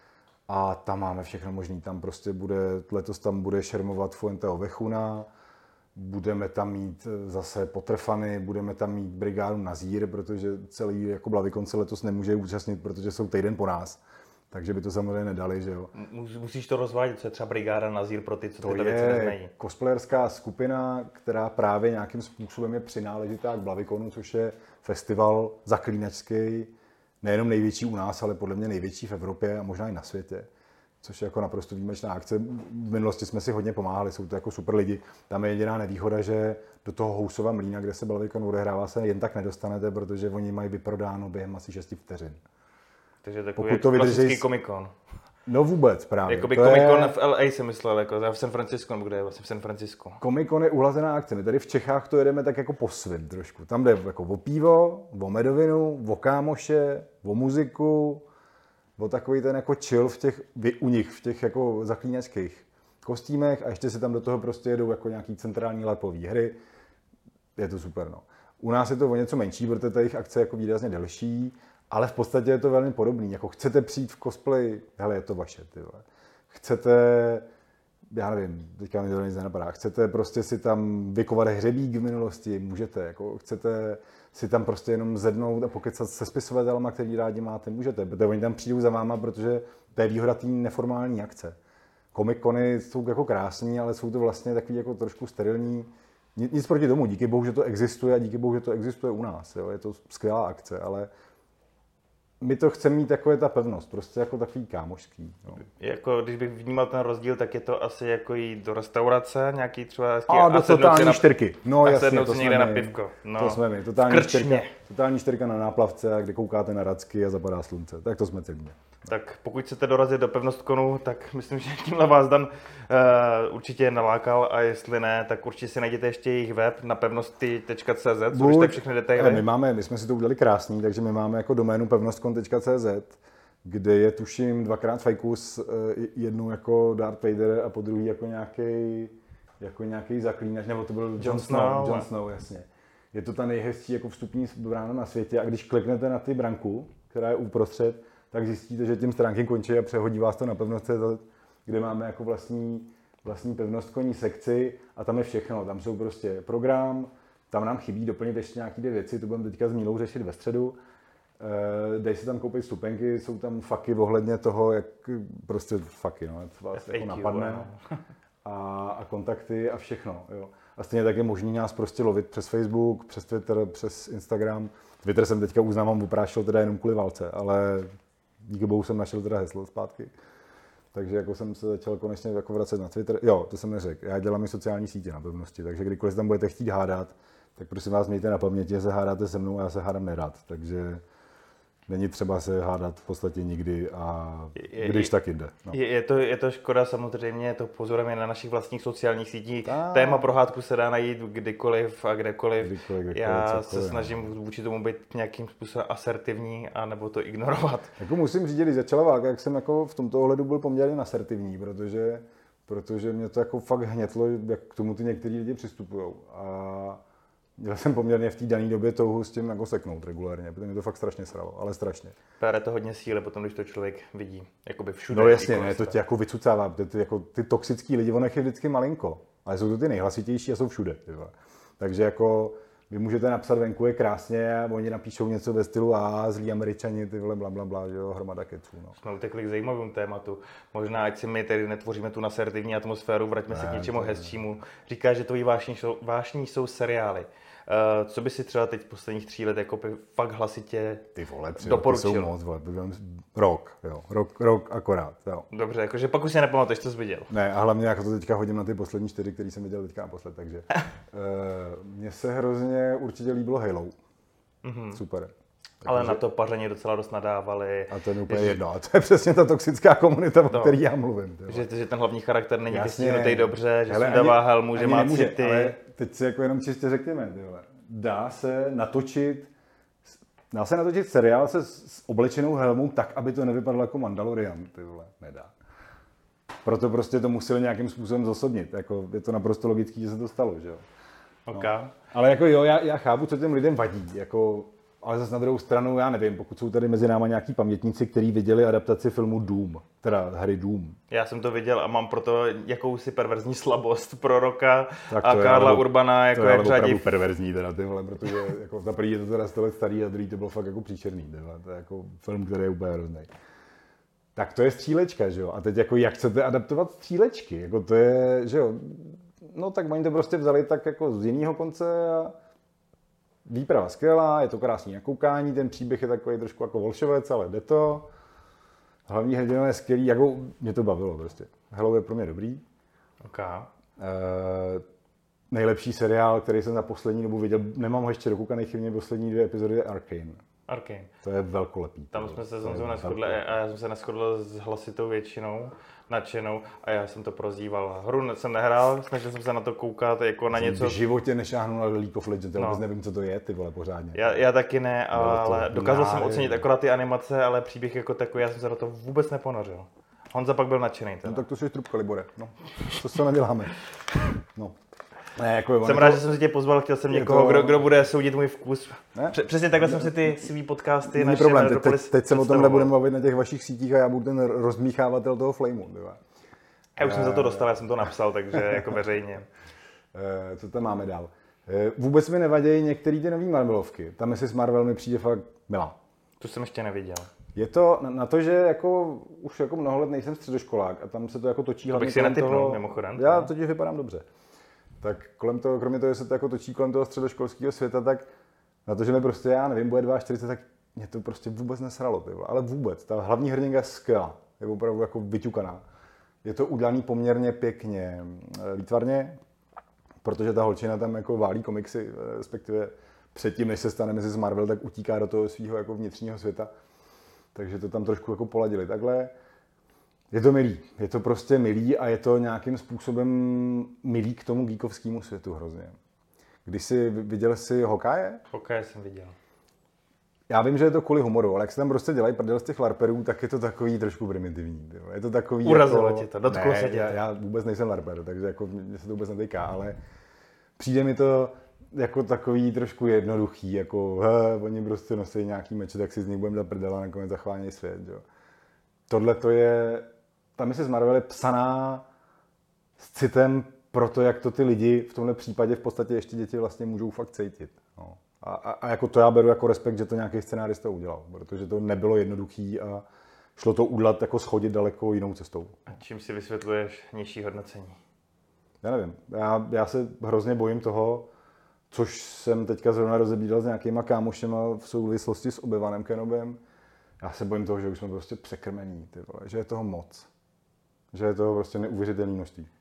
A tam máme všechno možné. Tam prostě bude, letos tam bude šermovat Fuente Ovechuna, budeme tam mít zase Potrfany, budeme tam mít brigádu Nazír, protože celý jako Blavikon se letos nemůže účastnit, protože jsou týden po nás. Takže by to samozřejmě nedali, že jo. Musíš to rozvádět, co je třeba brigáda Nazír pro ty, co to tyto věci neznají. To je cosplayerská skupina, která právě nějakým způsobem je přináležitá k Blavikonu, což je festival zaklínačský, nejenom největší u nás, ale podle mě největší v Evropě a možná i na světě, což je jako naprosto výjimečná akce. V minulosti jsme si hodně pomáhali, jsou to jako super lidi. Tam je jediná nevýhoda, že do toho Housova mlýna, kde se Blavikon odehrává, se jen tak nedostanete, protože oni mají vyprodáno během asi šesti vteřin. Takže takový to klasický Comic-Con. No vůbec právě. Jakoby Comic-Con je... v L A jsem myslel, jako v San Francisco, kde je vlastně v San Francisco. Comic-Con je uhlazená akce. My tady v Čechách to jedeme tak jako po svým trošku. Tam jde jako o pivo, o medovinu, o kámoše, o muziku, o takový ten jako chill v těch, u nich, v těch jako zaklínačských kostýmech a ještě si tam do toho prostě jedou jako nějaký centrální lepový hry. Je to super, no. U nás je to o něco menší, protože ta jejich akce je jako výrazně delší. Ale v podstatě je to velmi podobný. Jako chcete přijít v cosplay, hele, je to vaše, ty vole. Chcete, já nevím, teďka mi to nic nenapadá, chcete prostě si tam vykovat hřebík v minulosti, můžete. Jako chcete si tam prostě jenom zednout a pokecat se spisovatelama, který rádi máte, můžete. Protože oni tam přijdou za váma, protože to je výhoda té neformální akce. Comic-Cony jsou jako krásní, ale jsou to vlastně takový jako trošku sterilní. Nic proti tomu, díky bohu, že to existuje a díky bohu, že to existuje u nás. Jo. Je to skvělá akce, ale my to chceme mít jako je ta pevnost, prostě jako takový kámošský. No. Jako, když bych vnímal ten rozdíl, tak je to asi jako jít do restaurace, nějaký třeba... A do totální na... čtyřky. No a jasně, to někde na pivko. No. To jsme my, totální čtyřka, totální čtyřka na náplavce, kde koukáte na racky a zapadá slunce. Tak to jsme celý. Tak pokud chcete dorazit do pevnostkonu, tak myslím, že tímhle vás Dan uh, určitě nalákal a jestli ne, tak určitě si najděte ještě jejich web na pevnosti tečka cé zet, co už tak všechny detaily. My máme, my jsme si to udělali krásný, takže my máme jako doménu pevnostkon tečka cé zet, kde je tuším dvakrát fajkus, jednou jako Darth Vader a po druhý jako nějaký jako nějaký zaklínač, nebo to byl Jon, Jon Snow, Snow, Jon Snow, jasně. Je to ta nejhezčí jako vstupní brána na světě a když kliknete na ty branku, která je uprostřed, tak zjistíte, že tím stránky končí a přehodí vás to na pevnost tečka cé zet, kde máme jako vlastní, vlastní pevnostkonní sekci a tam je všechno. Tam jsou prostě program, tam nám chybí doplnit ještě nějaké dvě věci, to budeme teďka s Mílou řešit ve středu. Dej si tam koupit stupenky, jsou tam faky ohledně toho, jak prostě faky, no, co vás jako napadne. A, a kontakty a všechno. Jo. A stejně tak je možný nás prostě lovit přes Facebook, přes Twitter, přes Instagram. Twitter jsem teďka uznám, mám oprášil teda jenom kvůli válce, ale díky bohu jsem našel teda heslo zpátky. Takže jako jsem se začal konečně jako vracet na Twitter. Jo, to jsem neřekl. Já dělám i sociální sítě na pevnosti, takže kdykoliv tam budete chtít hádat, tak prosím vás mějte na paměti, že se hádáte se mnou a já se hádám nerad. Takže není třeba se hádat v podstatě nikdy a je, když je, tak jde. No. Je, je, to, je to škoda samozřejmě, to pozorujeme na našich vlastních sociálních sítích. Ta. Téma pro hádku se dá najít kdykoliv a kdekoliv. Kdykoliv, kdykoliv Já cokoliv, se snažím no. vůči tomu být nějakým způsobem asertivní a nebo to ignorovat. Jako musím říct, když začala válka, jak jsem jako v tomto ohledu byl poměrně asertivní, protože, protože mě to jako fakt hnětlo, jak k tomu ty některý lidi přistupují. A měl jsem poměrně v té dané době touhu s tím jako seknout regulárně, protože mě to fakt strašně sralo, ale strašně. Pere to hodně síly potom, když to člověk vidí, jakoby všude. No jasně, ne, to tě jako vycucává, ty, ty, jako, ty toxický lidi, on je vždycky malinko, ale jsou to ty nejhlasitější a jsou všude. Tyhle. Takže jako vy můžete napsat venku je krásně a oni napíšou něco ve stylu a zlí Američani, ty vole, blablabla, bla, bla, jo, hromada keců. No. Jsme utekli k zajímavému tématu. Možná, ať si my tedy netvoříme tu asertivní atmosféru, vraťme ne, se k něčemu to... hezčímu. Říkáš, že tvojí vášní jsou, vášní jsou seriály. Uh, co by si třeba teď v posledních tří let jako fakt hlasitě ty vole, tři doporučil? Ty jsou moc, vole, rok, jo, rok, rok akorát, jo. Dobře, jakože pak už si nepamatuješ, co jsi viděl. Ne, a hlavně jako to teďka hodím na ty poslední čtyři, který jsem viděl teďka naposled, takže uh, mně se hrozně určitě líbilo Halo, mm-hmm. super. Tak ale takže... na to paření docela dost nadávali. A to je úplně že... jedno, a to je přesně ta toxická komunita, o no. který já mluvím. Že, že ten hlavní charakter není vystihnutý dobře, že se dává helmu, že má nemůže, city. Ale teď si jako jenom čistě řekněme, tyhle. Dá se natočit, dá se natočit seriál se s oblečenou helmou tak, aby to nevypadalo jako Mandalorian, ty vole, nedá. Proto prostě to museli nějakým způsobem zosobnit, jako je to naprosto logický, že se to stalo, že jo. Okay. No. Ale jako jo, já, já chápu, co těm lidem vadí, jako, ale zase na druhou stranu, já nevím, pokud jsou tady mezi náma nějaký pamětníci, kteří viděli adaptaci filmu Doom, teda hry Doom. Já jsem to viděl a mám proto jakousi perverzní slabost proroka a Karla ale, Urbana jako jak řadí. To je opravdu perverzní teda tyhle, protože jako za první je to teda sto let starý a druhý to bylo fakt jako příšerný, tyhle. To je jako film, který je úplně hrozný. Tak to je střílečka, že jo? A teď jako jak chcete adaptovat střílečky? Jako to je, že jo? No tak oni to prostě vzali tak jako z jiného konce a výprava skvělá, je to krásný na koukání, ten příběh je takový trošku jako volšovec, ale jde to. Hlavní hrdinové je skvělý, jako mě to bavilo prostě. Halo je pro mě dobrý. Okay. Uh, nejlepší seriál, který jsem za poslední dobu viděl, nemám ho ještě dokoukaný, chybně poslední dvě epizody je Arcane. Arcane. To je velkolepý. Tam jsme se samozřejmě neshodli a já jsem se neshodl s hlasitou většinou, nadšenou a já jsem to prozýval. Hru jsem nehrál, snažil jsem se na to koukat jako na něco. V životě nešáhnu na League of Legends, no. Vůbec nevím, co to je, ty vole, pořádně. Já, já taky ne, ale dokázal jsem ocenit akorát ty animace, ale příběh jako takový, já jsem se na to vůbec neponořil. Honza pak byl nadšený. Teda. No tak to jsi trubka, Libore. No, co se neděláme. No. Ne, jako jsem rád, to... že jsem si tě pozval, chtěl jsem někoho, to... kdo, kdo bude soudit můj vkus. Ne? Přesně takhle ne? jsem si ty svý podcasty Není naše problém, teď, teď, teď se o tom nebudeme bavit na těch vašich sítích a já budu ten rozmíchávatel toho flameu. Já už jsem za to dostal, já jsem to napsal, takže jako veřejně. Co tam máme dál? Vůbec mi nevadějí některé ty nový Marvelovky. Ta missus Marvel mi přijde fakt milá. Tu jsem ještě neviděl. Je to na to, že jako už jako mnoho let nejsem středoškolák a tam se to jako točí hlavně kolem toho. To bych si netypnul, mimochodem. Já totiž vypadám dobře. Tak kolem toho, kromě toho, že se to jako točí kolem toho středoškolského světa, tak na to, že mi prostě, já nevím, bude čtyřicet dva, tak mě to prostě vůbec nesralo, ty vole. Ale vůbec. Ta hlavní hrdinka je skvělá, je opravdu jako vyťukaná. Je to udělaný poměrně pěkně, výtvarně, protože ta holčina tam jako válí komiksy, respektive předtím, než se stane missus Marvel, tak utíká do toho svého jako vnitřního světa. Takže to tam trošku jako poladili takhle. Je to milý, je to prostě milý a je to nějakým způsobem milý k tomu geekovskému světu hrozně. Když jsi viděl si Hokaje? Hokaje jsem viděl. Já vím, že je to kvůli humoru, ale jak se tam prostě dělají prdel z těch larperů, tak je to takový trošku primitivní. Je to takový Urazilo jako... tě to, dotklo se tě. Já, já vůbec nejsem larper, takže jako mě se to vůbec netýká, ale přijde mi to jako takový trošku jednoduchý, jako he, oni prostě nosí nějaký meče, tak si z nich budeme dát prdel a nakonec zachvánějí svět. Jo. Tohle to je... Ta missus Marvel je psaná s citem pro to, jak to ty lidi v tomhle případě v podstatě ještě děti vlastně můžou fakt cítit. No. A, a, a jako to já beru jako respekt, že to nějaký scénárista udělal, protože to nebylo jednoduchý a šlo to udělat jako schodit daleko jinou cestou. A čím si vysvětluješ nižší hodnocení? Já nevím. Já, já se hrozně bojím toho, což jsem teďka zrovna rozebíral s nějakýma kámošema v souvislosti s Obi-Wanem Kenobem. Já se bojím toho, že už jsme prostě překrmení, ty vole, že je toho moc. Že je toho prostě neuvěřitelné množství.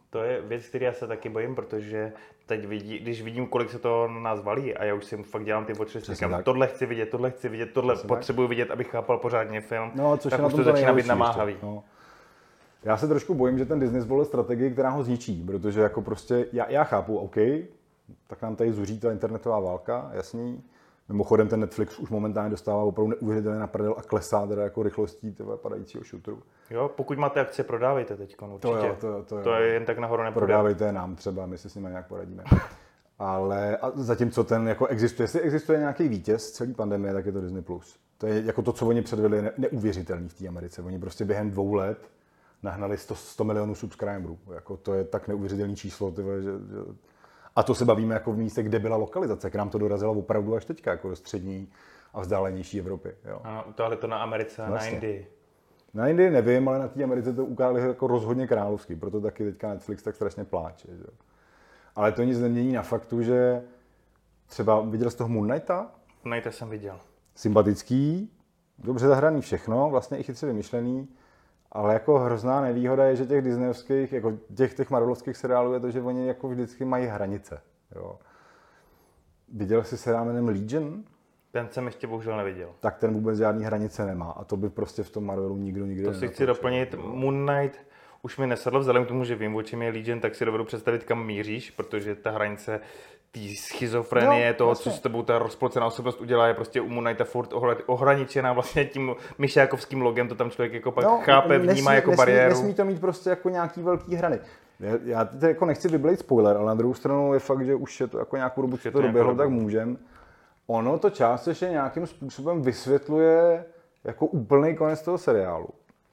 To je věc, který já se taky bojím, protože teď vidí, když vidím, kolik se to na nás valí a já už si fakt dělám ty oči, říkám, tohle chci vidět, tohle chci vidět, tohle Přesně potřebuji tak. vidět, abych chápal pořádně film, no, což tak je už na to tom začíná být namáhavý. No. Já se trošku bojím, že ten Disney zvolil strategii, která ho zničí, protože jako prostě, já, já chápu, OK, tak nám tady zuří ta internetová válka, jasný. Mimochodem ten Netflix už momentálně dostává opravdu neuvěřitelně na prdel a klesá teda jako rychlostí toho padajícího šutru. Jo, pokud máte akcie, prodávejte teď, určitě. To, jo, to, to, to je jen tak nahoru nepůjde. Prodávejte nám třeba, my si s nimi nějak poradíme. Ale a zatímco ten jako existuje, jestli existuje nějaký vítěz celý pandemie, tak je to Disney plus. To je jako to, co oni předvedli, ne, neuvěřitelný v té Americe. Oni prostě během dvou let nahnali sto milionů subscriberů. Jako to je tak neuvěřitelný číslo, tyhle, že, že... A to se bavíme jako v místě, kde byla lokalizace. K nám to dorazilo opravdu až teďka, jako do střední a vzdálenější Evropy. Jo. Ano, utáhli to na Americe a Vlastně. na Indii. Na Indii nevím, ale na té Americe to ukázali jako rozhodně královský, proto taky teďka Netflix tak strašně pláče. Že? Ale to nic nemění na faktu, že třeba viděl jsi toho Moon Knighta? Moon Knighta jsem viděl. Sympatický, dobře zahraný všechno, vlastně i chytře vymyšlený, ale jako hrozná nevýhoda je, že těch disneyovských, jako těch, těch marvelovských seriálů je to, že oni jako vždycky mají hranice. Jo. Viděl jsi seriál jménem Legion? Ten jsem ještě bohužel neviděl. Tak ten vůbec žádný hranice nemá a to by prostě v tom Marvelu nikdo nikdy To si chci doplnit. Moon Knight už mi nesedlo, vzhledem k tomu, že vím, o čem je Legion, tak si dovedu představit, kam míříš, protože ta hranice té schizofrenie, no, toho, vlastně. Co s tebou ta rozpolcená osobnost udělá, je prostě u Moon Knighta furt ohraničená vlastně tím myšákovským logem, to tam člověk jako pak no, chápe, vnímá nesmí, jako nesmí, bariéru. Nesmí to mít prostě jako nějaký velký hrany. Já, já teď jako nechci vyblejt spoiler, ale na druhou stranu je fakt, že už je to jako nějakou dobu, co to doběhlo, tak můžem. Ono to částečně nějakým způsobem vysvětluje jako úplný konec toho seriálu,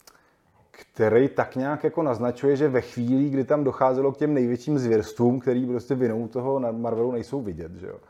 který tak nějak jako naznačuje, že ve chvíli, kdy tam docházelo k těm největším zvěrstvům, který prostě vinou toho na Marvelu nejsou vidět, že jo,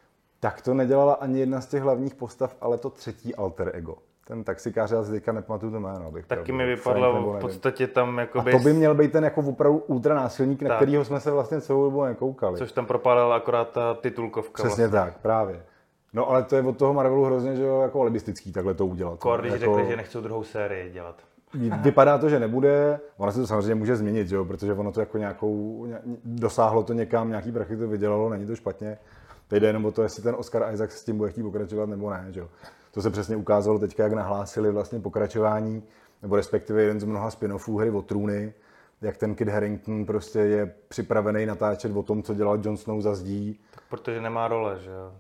tak to nedělala ani jedna z těch hlavních postav, ale to třetí alter ego. Ten taxikář, já si teďka nepamatuju to jméno. Taky pravdu, mi vypadlo v podstatě tam jakoby... A to by měl být ten jako opravdu ultranásilník, na kterýho jsme se vlastně celou dobu nekoukali. Což tam propádala akorát ta titulkovka. Přesně vlastně. Tak, právě. No ale to je od toho Marvelu hrozně, že jo, jako alibistický takhle to udělat. Kor, když jako... řekli, že nechcou druhou sérii dělat. Vypadá to, že nebude, ono se to samozřejmě může změnit, že jo, protože ono to jako nějakou, dosáhlo to někam, nějaký prachy to vydělalo, není to špatně. Teď jde jenom o to, jestli ten Oscar Isaac s tím bude chtít pokračovat nebo ne, že jo. To se přesně ukázalo teďka, jak nahlásili vlastně pokračování, nebo respektive jeden z mnoha spin-offů Hry o trůny, jak ten Kit Harington prostě je připravený natáčet o tom, co dělal Jon Snow za zdí. Tak protože nemá role, že jo.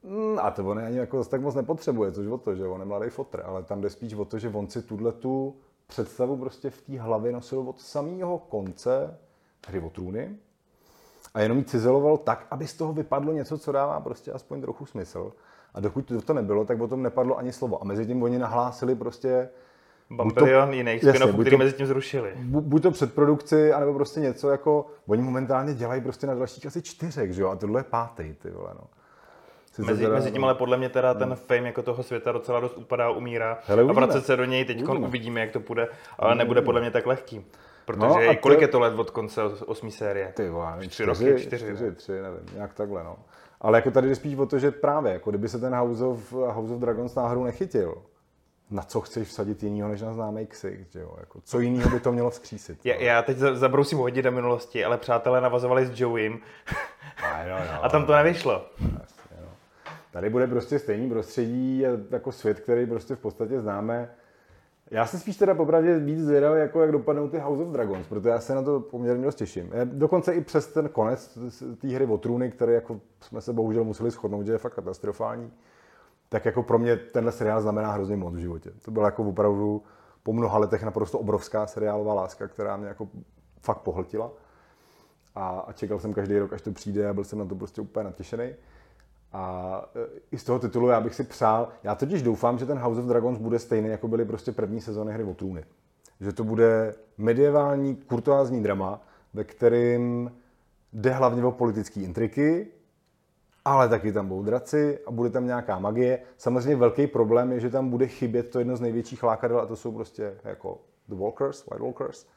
A to on ani jako tak moc nepotřebuje, což o to, že on je mladý fotr, ale tam jde spíš o to, že on si tuhletu představu prostě v té hlavě nosil od samého konce Hry o trůny a jenom ji cizeloval tak, aby z toho vypadlo něco, co dává prostě aspoň trochu smysl. A dokud to nebylo, tak o tom nepadlo ani slovo. A mezi tím oni nahlásili prostě Bambilion jiných spin-offů, který mezi tím zrušili. Bu, buď to předprodukci, anebo prostě něco jako, oni momentálně dělají prostě na dalších asi čtyřech, že jo, a tohle je pátý, ty vole, no. Mezi, teda, mezi tím ale podle mě teda ten fame jako toho světa docela dost upadá, umírá. Hele, a vracet se do něj teď uvidíme. uvidíme, jak to půjde, ale uvidíme. Nebude podle mě tak lehký. Protože no kolik to... je to let od konce osmý série? Ty vole, tři čtyři, roky, čtyři, čtyři, tři, nevím, nějak takhle, no. Ale jako tady jde spíš o to, že právě, jako kdyby se ten House of, House of Dragons náhodou nechytil, na co chceš vsadit jinýho, než na známej ksicht, že jo? Jako, co jinýho by to mělo vzkřísit? Já, já teď zabrousím hodně do minulosti, ale přátelé navazovali s Joeym a, jo, jo, a tam to nevyšlo. Jasně, no. Tady bude prostě stejný prostředí jako svět, který prostě v podstatě známe. Já se spíš teda popravdě víc zvědavý, jako jak dopadnou ty House of Dragons, protože já se na to poměrně dost těším. Dokonce i přes ten konec té Hry o trůny, který jako jsme se bohužel museli shodnout, že je fakt katastrofální, tak jako pro mě tenhle seriál znamená hrozně moc v životě. To byla jako opravdu po mnoha letech naprosto obrovská seriálová láska, která mě jako fakt pohltila. A, a čekal jsem každý rok, až to přijde a byl jsem na to prostě úplně natěšený. A i z toho titulu já bych si přál, já totiž doufám, že ten House of Dragons bude stejný, jako byly prostě první sezóny Hry o trůny. Že to bude medievální, kurtoázní drama, ve kterým jde hlavně o politické intriky, ale taky tam budou draci a bude tam nějaká magie. Samozřejmě velký problém je, že tam bude chybět to jedno z největších lákadel a to jsou prostě jako The Walkers, White Walkers.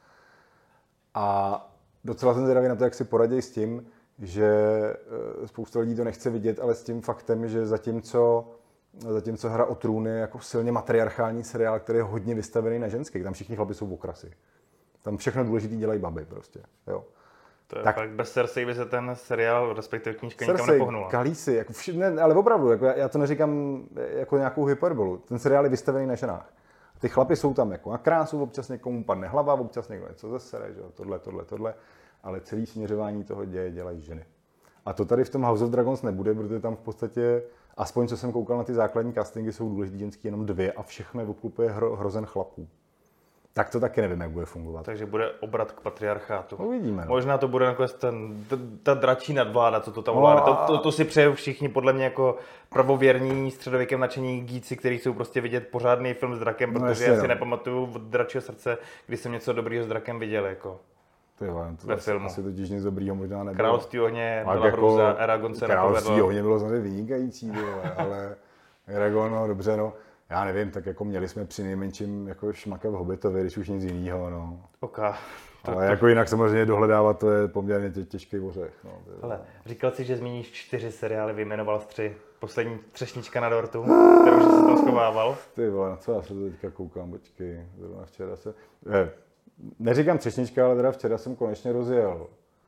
A docela jsem zvědavý na to, jak si poradí s tím, že spousta lidí to nechce vidět, ale s tím faktem, že zatímco, zatímco Hra o trůny je jako silně matriarchální seriál, který je hodně vystavený na ženských, tam všichni chlapi jsou okrasy. Tam všechno důležitý dělají baby prostě, jo. To je tak, fakt, bez Cersei by se ten seriál, respektive knížka nikam nepohnula. Khaleesi, jako vši, ne, ale opravdu, jako já, já to neříkám jako nějakou hyperbolu. Ten seriál je vystavený na ženách. Ty chlapy jsou tam jako na krásu, občas někomu padne hlava, občas někdo něco zasere, že jo, tohle, tohle, tohle, ale celý směřování toho děje dělají ženy. A to tady v tom House of Dragons nebude, protože tam v podstatě, aspoň co jsem koukal na ty základní castingy, jsou důležitý ženský jenom dvě a všechno je obklupuje hro, hrozen chlapů. Tak to taky nevím, jak bude fungovat. Takže bude obrat k patriarchátu. Uvidíme. No. Možná to bude nakonec ten, ta dračí nadvláda, co to tam vládne. No, to, to, to si přejou všichni podle mě jako pravověrní středověkem nadšení díci, kteří chcou prostě vidět pořádný film s drakem, protože no, jestli, já si jo. nepamatuju od Dračího srdce, když jsem něco dobrýho s drakem viděl. Jako. Tyjo, to ve asi, filmu. Asi totiž nic dobrýho možná nebylo. Království ohně byla jako hrůza, Eragon se nepovedl. Království ohně bylo samozřejmě vynikající, bylo, ale Eragon, no dobře, no. Já nevím, tak jako měli jsme při nejmenším jako šmaka v Hobbitovi, když už nic jiného, no. Okay. To, ale to... jako jinak samozřejmě dohledávat, to je poměrně tě, těžký ořech, no. Ale říkal jsi, že zmíníš čtyři seriály, vyjmenoval z tři. Poslední Třešnička na dortu, kterou jsi se tam schovával. Ty vole, na co já se to teďka koukám, počkej, zrovna včera se... Eh, neříkám Třešnička, ale teda včera jsem konečně rozjel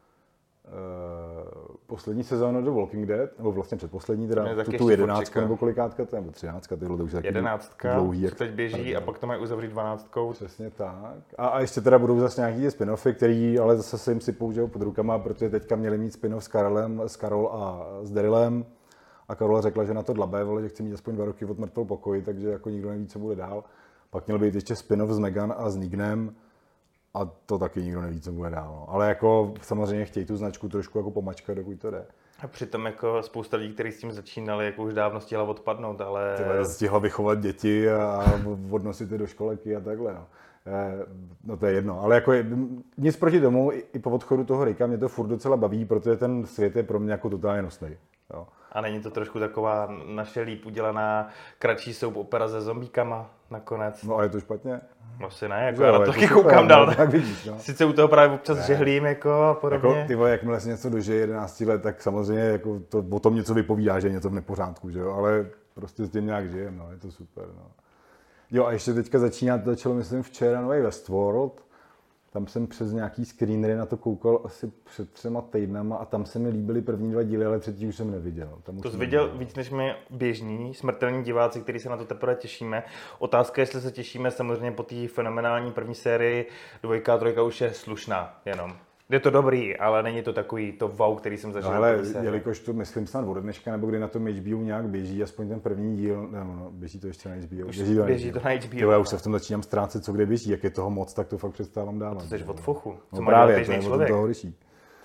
Uh, poslední sezónu do Walking Dead, nebo vlastně předposlední, teda tu, tu jedenáctku nebo kolikátka, to nebo třináctka, tyhle to už je taky jedenáctka, dlouhý. Co teď běží a pak to mají uzavřít dvanáctkou. Přesně tak. A, a ještě teda budou zase nějaký spin-offy, který ale zase se jim si použijou pod rukama, protože teďka měli mít spin-off s Karolem, s Karol a s Darylem. A Karola řekla, že na to dlabe, vole, že chce mít aspoň dva roky od mrtvého pokoji, takže jako nikdo neví, co bude dál. Pak měl být ještě spin-off s Megan a s Neganem. A to taky nikdo neví, co bude dál. No. Ale jako samozřejmě chtějí tu značku trošku jako pomačkat, dokud to jde. A přitom jako spousta lidí, kteří s tím začínali, jako už dávno stihla odpadnout, ale... Tyhle stihla vychovat děti a odnosit je do školeky a takhle, no. No to je jedno, ale jako je, nic proti tomu, i po odchodu toho Ricka mě to furt docela baví, protože ten svět je pro mě jako totálně nosnej. Jo. A není to trošku taková naše líp udělaná kratší soap opera se zombíkama nakonec? No a je to špatně? Asi ne, jako já na to taky koukám dál. No, tak vidíš, no. Sice u toho právě občas ne. žehlím jako a podobně. Jako, ty vole, jakmile si něco dožije jedenáct let, tak samozřejmě jako to, o tom něco vypovídá, že je něco v nepořádku, že jo, ale prostě s tím nějak žijem, no, je to super, no. Jo a ještě teďka začíná, to začalo myslím včera nový Westworld. Tam jsem přes nějaký screenery na to koukal asi před třema týdnama a tam se mi líbily první dva díly, ale třetí už jsem neviděl. Tam to jsi viděl víc než my běžní, smrtelní diváci, kteří se na to teprve těšíme. Otázka, jestli se těšíme samozřejmě po té fenomenální první sérii, dvojka a trojka už je slušná jenom. Je to dobrý, ale není to takový to wow, který jsem zažil. No, ale jelikož to myslím snad od dneška, nebo kdy na tom H B O nějak běží, aspoň ten první díl, no, no běží to ještě na H B O. Už běží to, běží to na H B O. Tyhle, já už se v tom začínám ztrácet, co kde běží, jak je toho moc, tak to fakt přestávám dávat. To jsi od fochu, co no, má právě, běžný to člověk. Toho horší.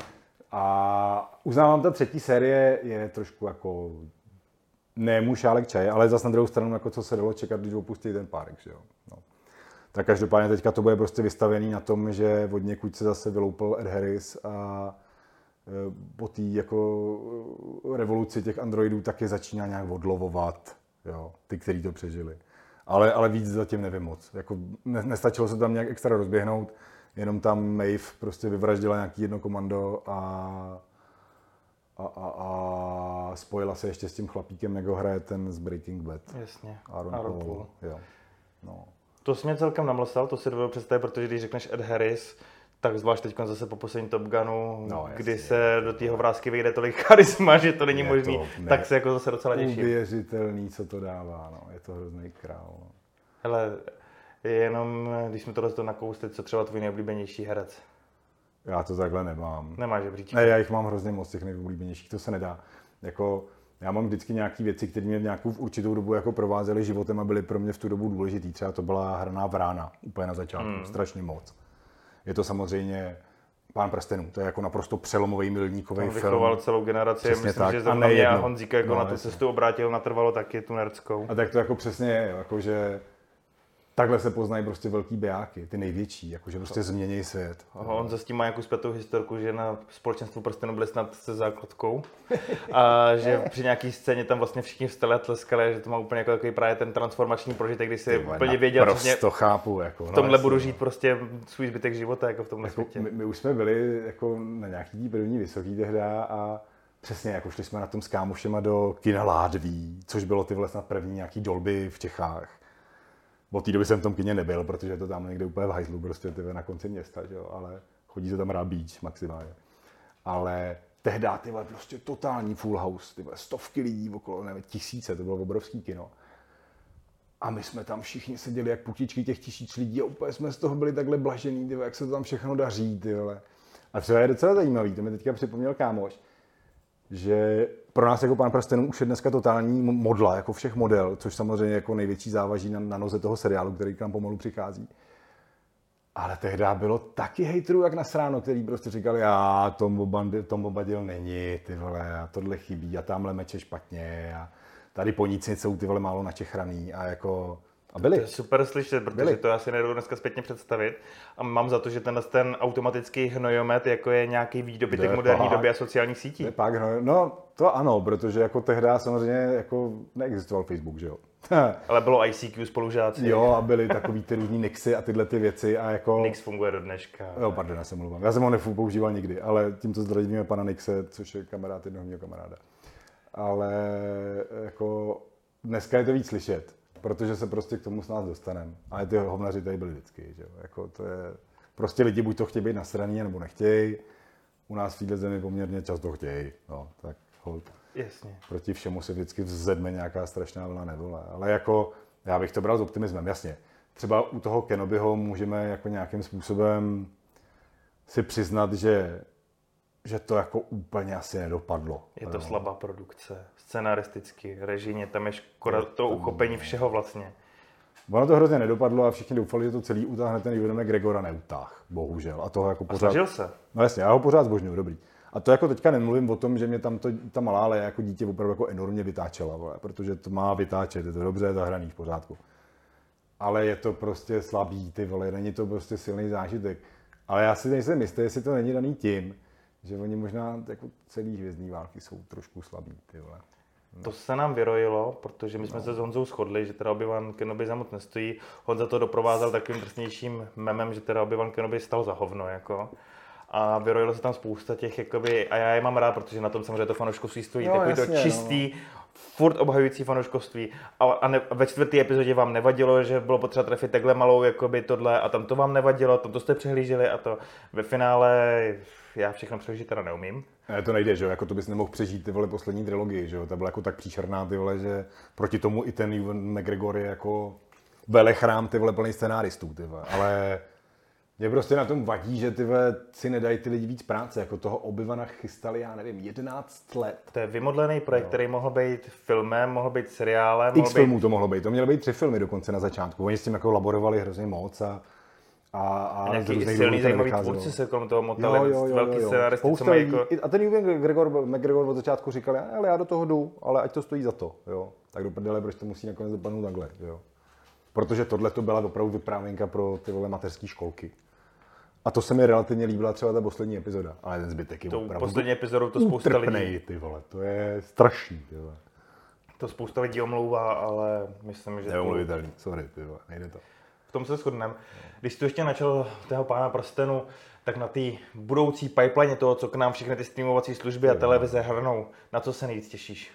A uznávám, ta třetí série je trošku jako, ne můj šálek čaje, ale zase na druhou stranu, jako co se dalo čekat, když opustí ten park, že jo. No. Tak každopádně teďka to bude prostě vystavený na tom, že od někud se zase vyloupil Ed Harris a po té jako revoluci těch androidů taky začíná nějak odlovovat, jo, ty, kteří to přežili. Ale, ale víc zatím nevím moc. Jako ne, nestačilo se tam nějak extra rozběhnout, jenom tam Maeve prostě vyvraždila nějaký jedno komando a, a, a, a spojila se ještě s tím chlapíkem, jak ho hraje ten z Breaking Bad. Jasně, Aaron, Aaron Paul. Jo. No. To jsi mě celkem namlsal, to si dovedu představit, protože když řekneš Ed Harris, tak zvlášť teď zase po poslední Top Gunu, no, kdy jasně, se do té vrásky vyjde tolik charisma, že to není je možný, to, ne, tak se jako zase docela těším. Uvěřitelný, co to dává, no. Je to hrozný král. No. Hele, jenom když jsme tohle nakousli, co třeba tvůj nejoblíbenější herec? Já to takhle nemám. Nemáš žebříčky? Ne, já jich mám hrozně moc, těch nejoblíbenějších, to se nedá. Jako, já mám vždycky nějaké věci, které mě v nějakou v určitou dobu jako provázely životem a byly pro mě v tu dobu důležitý. Třeba to byla Hraná vrána, úplně na začátku, hmm. strašně moc. Je to samozřejmě Pán prstenů, to je jako naprosto přelomový milníkový film. Vychoval celou generaci, přesně myslím, tak. že zrovna mě a Honzíka jako no, na tu cestu obrátil natrvalo taky tu nerdskou. A tak to jako přesně je, jakože takhle se poznají prostě velký bejáky, ty největší, jakože prostě změní svět. On se s tím má nějakou zpětou historku, že na společenstvu prstenů byli snad se základkou a že při nějaký scéně tam vlastně všichni vstali a tleskali, že to má úplně jako takový právě ten transformační prožitek, kdy si úplně věděl, že to chápu, jako, v tomhle no, budu žít prostě svůj zbytek života jako v tomhle jako, světě. My, my už jsme byli jako na nějaký první vysoký tehda a přesně, jako šli jsme na tom s kámošema do kina Ládví, což bylo ty snad první nějaký Dolby v Čechách. Od té doby jsem v tom kině nebyl, protože je to tam někde úplně v hajzlu, prostě ty na konci města, že jo, ale chodí se tam rád beach maximálně. ale tehdy ty vole, prostě totální full house, ty vole, stovky lidí okolo, nevím, tisíce, to bylo obrovský kino. A my jsme tam všichni seděli jak putičky těch tisíc lidí a úplně jsme z toho byli takhle blažený, ty vole, jak se to tam všechno daří, ty vole. A třeba je docela zajímavý, to mi teďka připomněl kámoš, že pro nás jako Pán prstenů už je dneska totální modla, jako všech model, což samozřejmě jako největší závaží na, na noze toho seriálu, který k nám pomalu přichází. Ale tehdy bylo taky hejterů jak nasráno, který prostě říkali, já Tom Bombadil není, ty vole, a tohle chybí, a tamhle meče špatně, a tady poníci jsou ty vole málo načechraný, a jako... A byli. To je super slyšet, protože byli. To já si nedovedu dneska zpětně představit. A mám za to, že tenhle ten automatický hnojomet jako je nějaký výdobytek moderní doby a sociálních sítí. To je pak hnoj... No to ano, protože jako tehdy samozřejmě jako neexistoval Facebook, že jo. Ale bylo I C Q spolužáci. Jo, a byly takový ty různý Nixy a tyhle ty věci a jako... Nix funguje do dneška. Jo, pardon, já se mluvám. Já jsem ho nepoužíval nikdy, ale tímto zdravíme pana Nixe, což je kamarád jednoho mého kamaráda. Ale jako dneska je to víc slyšet, protože se prostě k tomu s nás dostaneme. A ty hovnaři tady byli vždycky, že jo. Jako to je... Prostě lidi buď to chtějí být nasraný, nebo nechtějí. U nás v této zemi poměrně často chtějí, no, tak hold. Jasně. Proti všemu se vždycky vzedme nějaká strašná vlna nevole, ale jako já bych to bral s optimismem, jasně. Třeba u toho Kenobiho můžeme jako nějakým způsobem si přiznat, že, že to jako úplně asi nedopadlo. Je to no. slabá produkce, scenaristicky, režijně, tam je škoda to uchopení všeho vlastně. Ono to hrozně nedopadlo a všichni doufali, že to celý utáhne ten Ewan McGregora neutáh, bohužel. A toho jako pořád... A snažil se. No jasně, já ho pořád zbožňuju, dobrý. A to jako teďka nemluvím o tom, že mě tam to, ta malá ale jako dítě opravdu jako enormně vytáčela, vole, protože to má vytáčet, je to dobře zahraný, v pořádku. Ale je to prostě slabý, ty vole, není to prostě silný zážitek. Ale já si nejsem jistý, jestli to není daný tím, že oni možná jako celý Hvězdní války jsou trošku slabý, ty vole. No. To se nám vyrojilo, protože my jsme no. se s Honzou shodli, že teda Obi-Wan Kenobi za moc nestojí. Honza to doprovázel takovým drsnějším memem, že teda Obi-Wan Kenobi stal za hovno, jako. A vyrojilo se tam spousta těch, jakoby, a já je mám rád, protože na tom samozřejmě to fanouškovství stojí, no, takový jasně, to čistý, no. furt obhajující fanouškovství. A, a ne, ve čtvrté epizodě vám nevadilo, že bylo potřeba trefit takhle malou, jakoby tohle, a tam to vám nevadilo, tam to jste přehlíželi, a to ve finále já všechno přehlížit teda neumím. Ne, to nejde, že jo, jako to bys nemohl přežít ty vole poslední trilogii, že jo, ta byla jako tak příšerná, ty vole, že proti tomu i ten Ewan McGregor je jako velechrám, ty vole, plný scenáristů, ty vole, ale... Mě prostě na tom vadí, že ty si nedají ty lidi víc práce, jako toho Obi-Wana chystali, já nevím, jedenáct let. To je vymodlený projekt, no. který mohl být filmem, mohl být seriálem. X filmů být... to mohlo být, to měly být tři filmy dokonce na začátku. Oni s tím jako laborovali hrozně moc a... A, a nějaký silný zajímavý tvůrci se kolem toho motali, jo, jo, jo, velký scenáristy, co mají jako... A ten Ewan McGregor, McGregor od začátku říkal, ale já do toho jdu, ale ať to stojí za to, jo. Tak do prdele, proč to musí nakonec dopadnout takhle, jo. Protože tohle to byla opravdu vyprávěnka pro ty vole mateřské školky. A to se mi relativně líbila třeba ta poslední epizoda, ale ten zbytek je opravdu poslední epizodou to spousta utrpnej, lidí. Ty vole, to je strašný, ty vole. To spousta lidí omlouvá, ale myslím, že neomluvitelný, to... sorry, ty vole, nejde to. V tom se shodneme. Když jsi to ještě načal toho Pána prstenu, tak na té budoucí pipeline toho, co k nám všechny ty streamovací služby a televize hrnou, na co se nejvíc těšíš?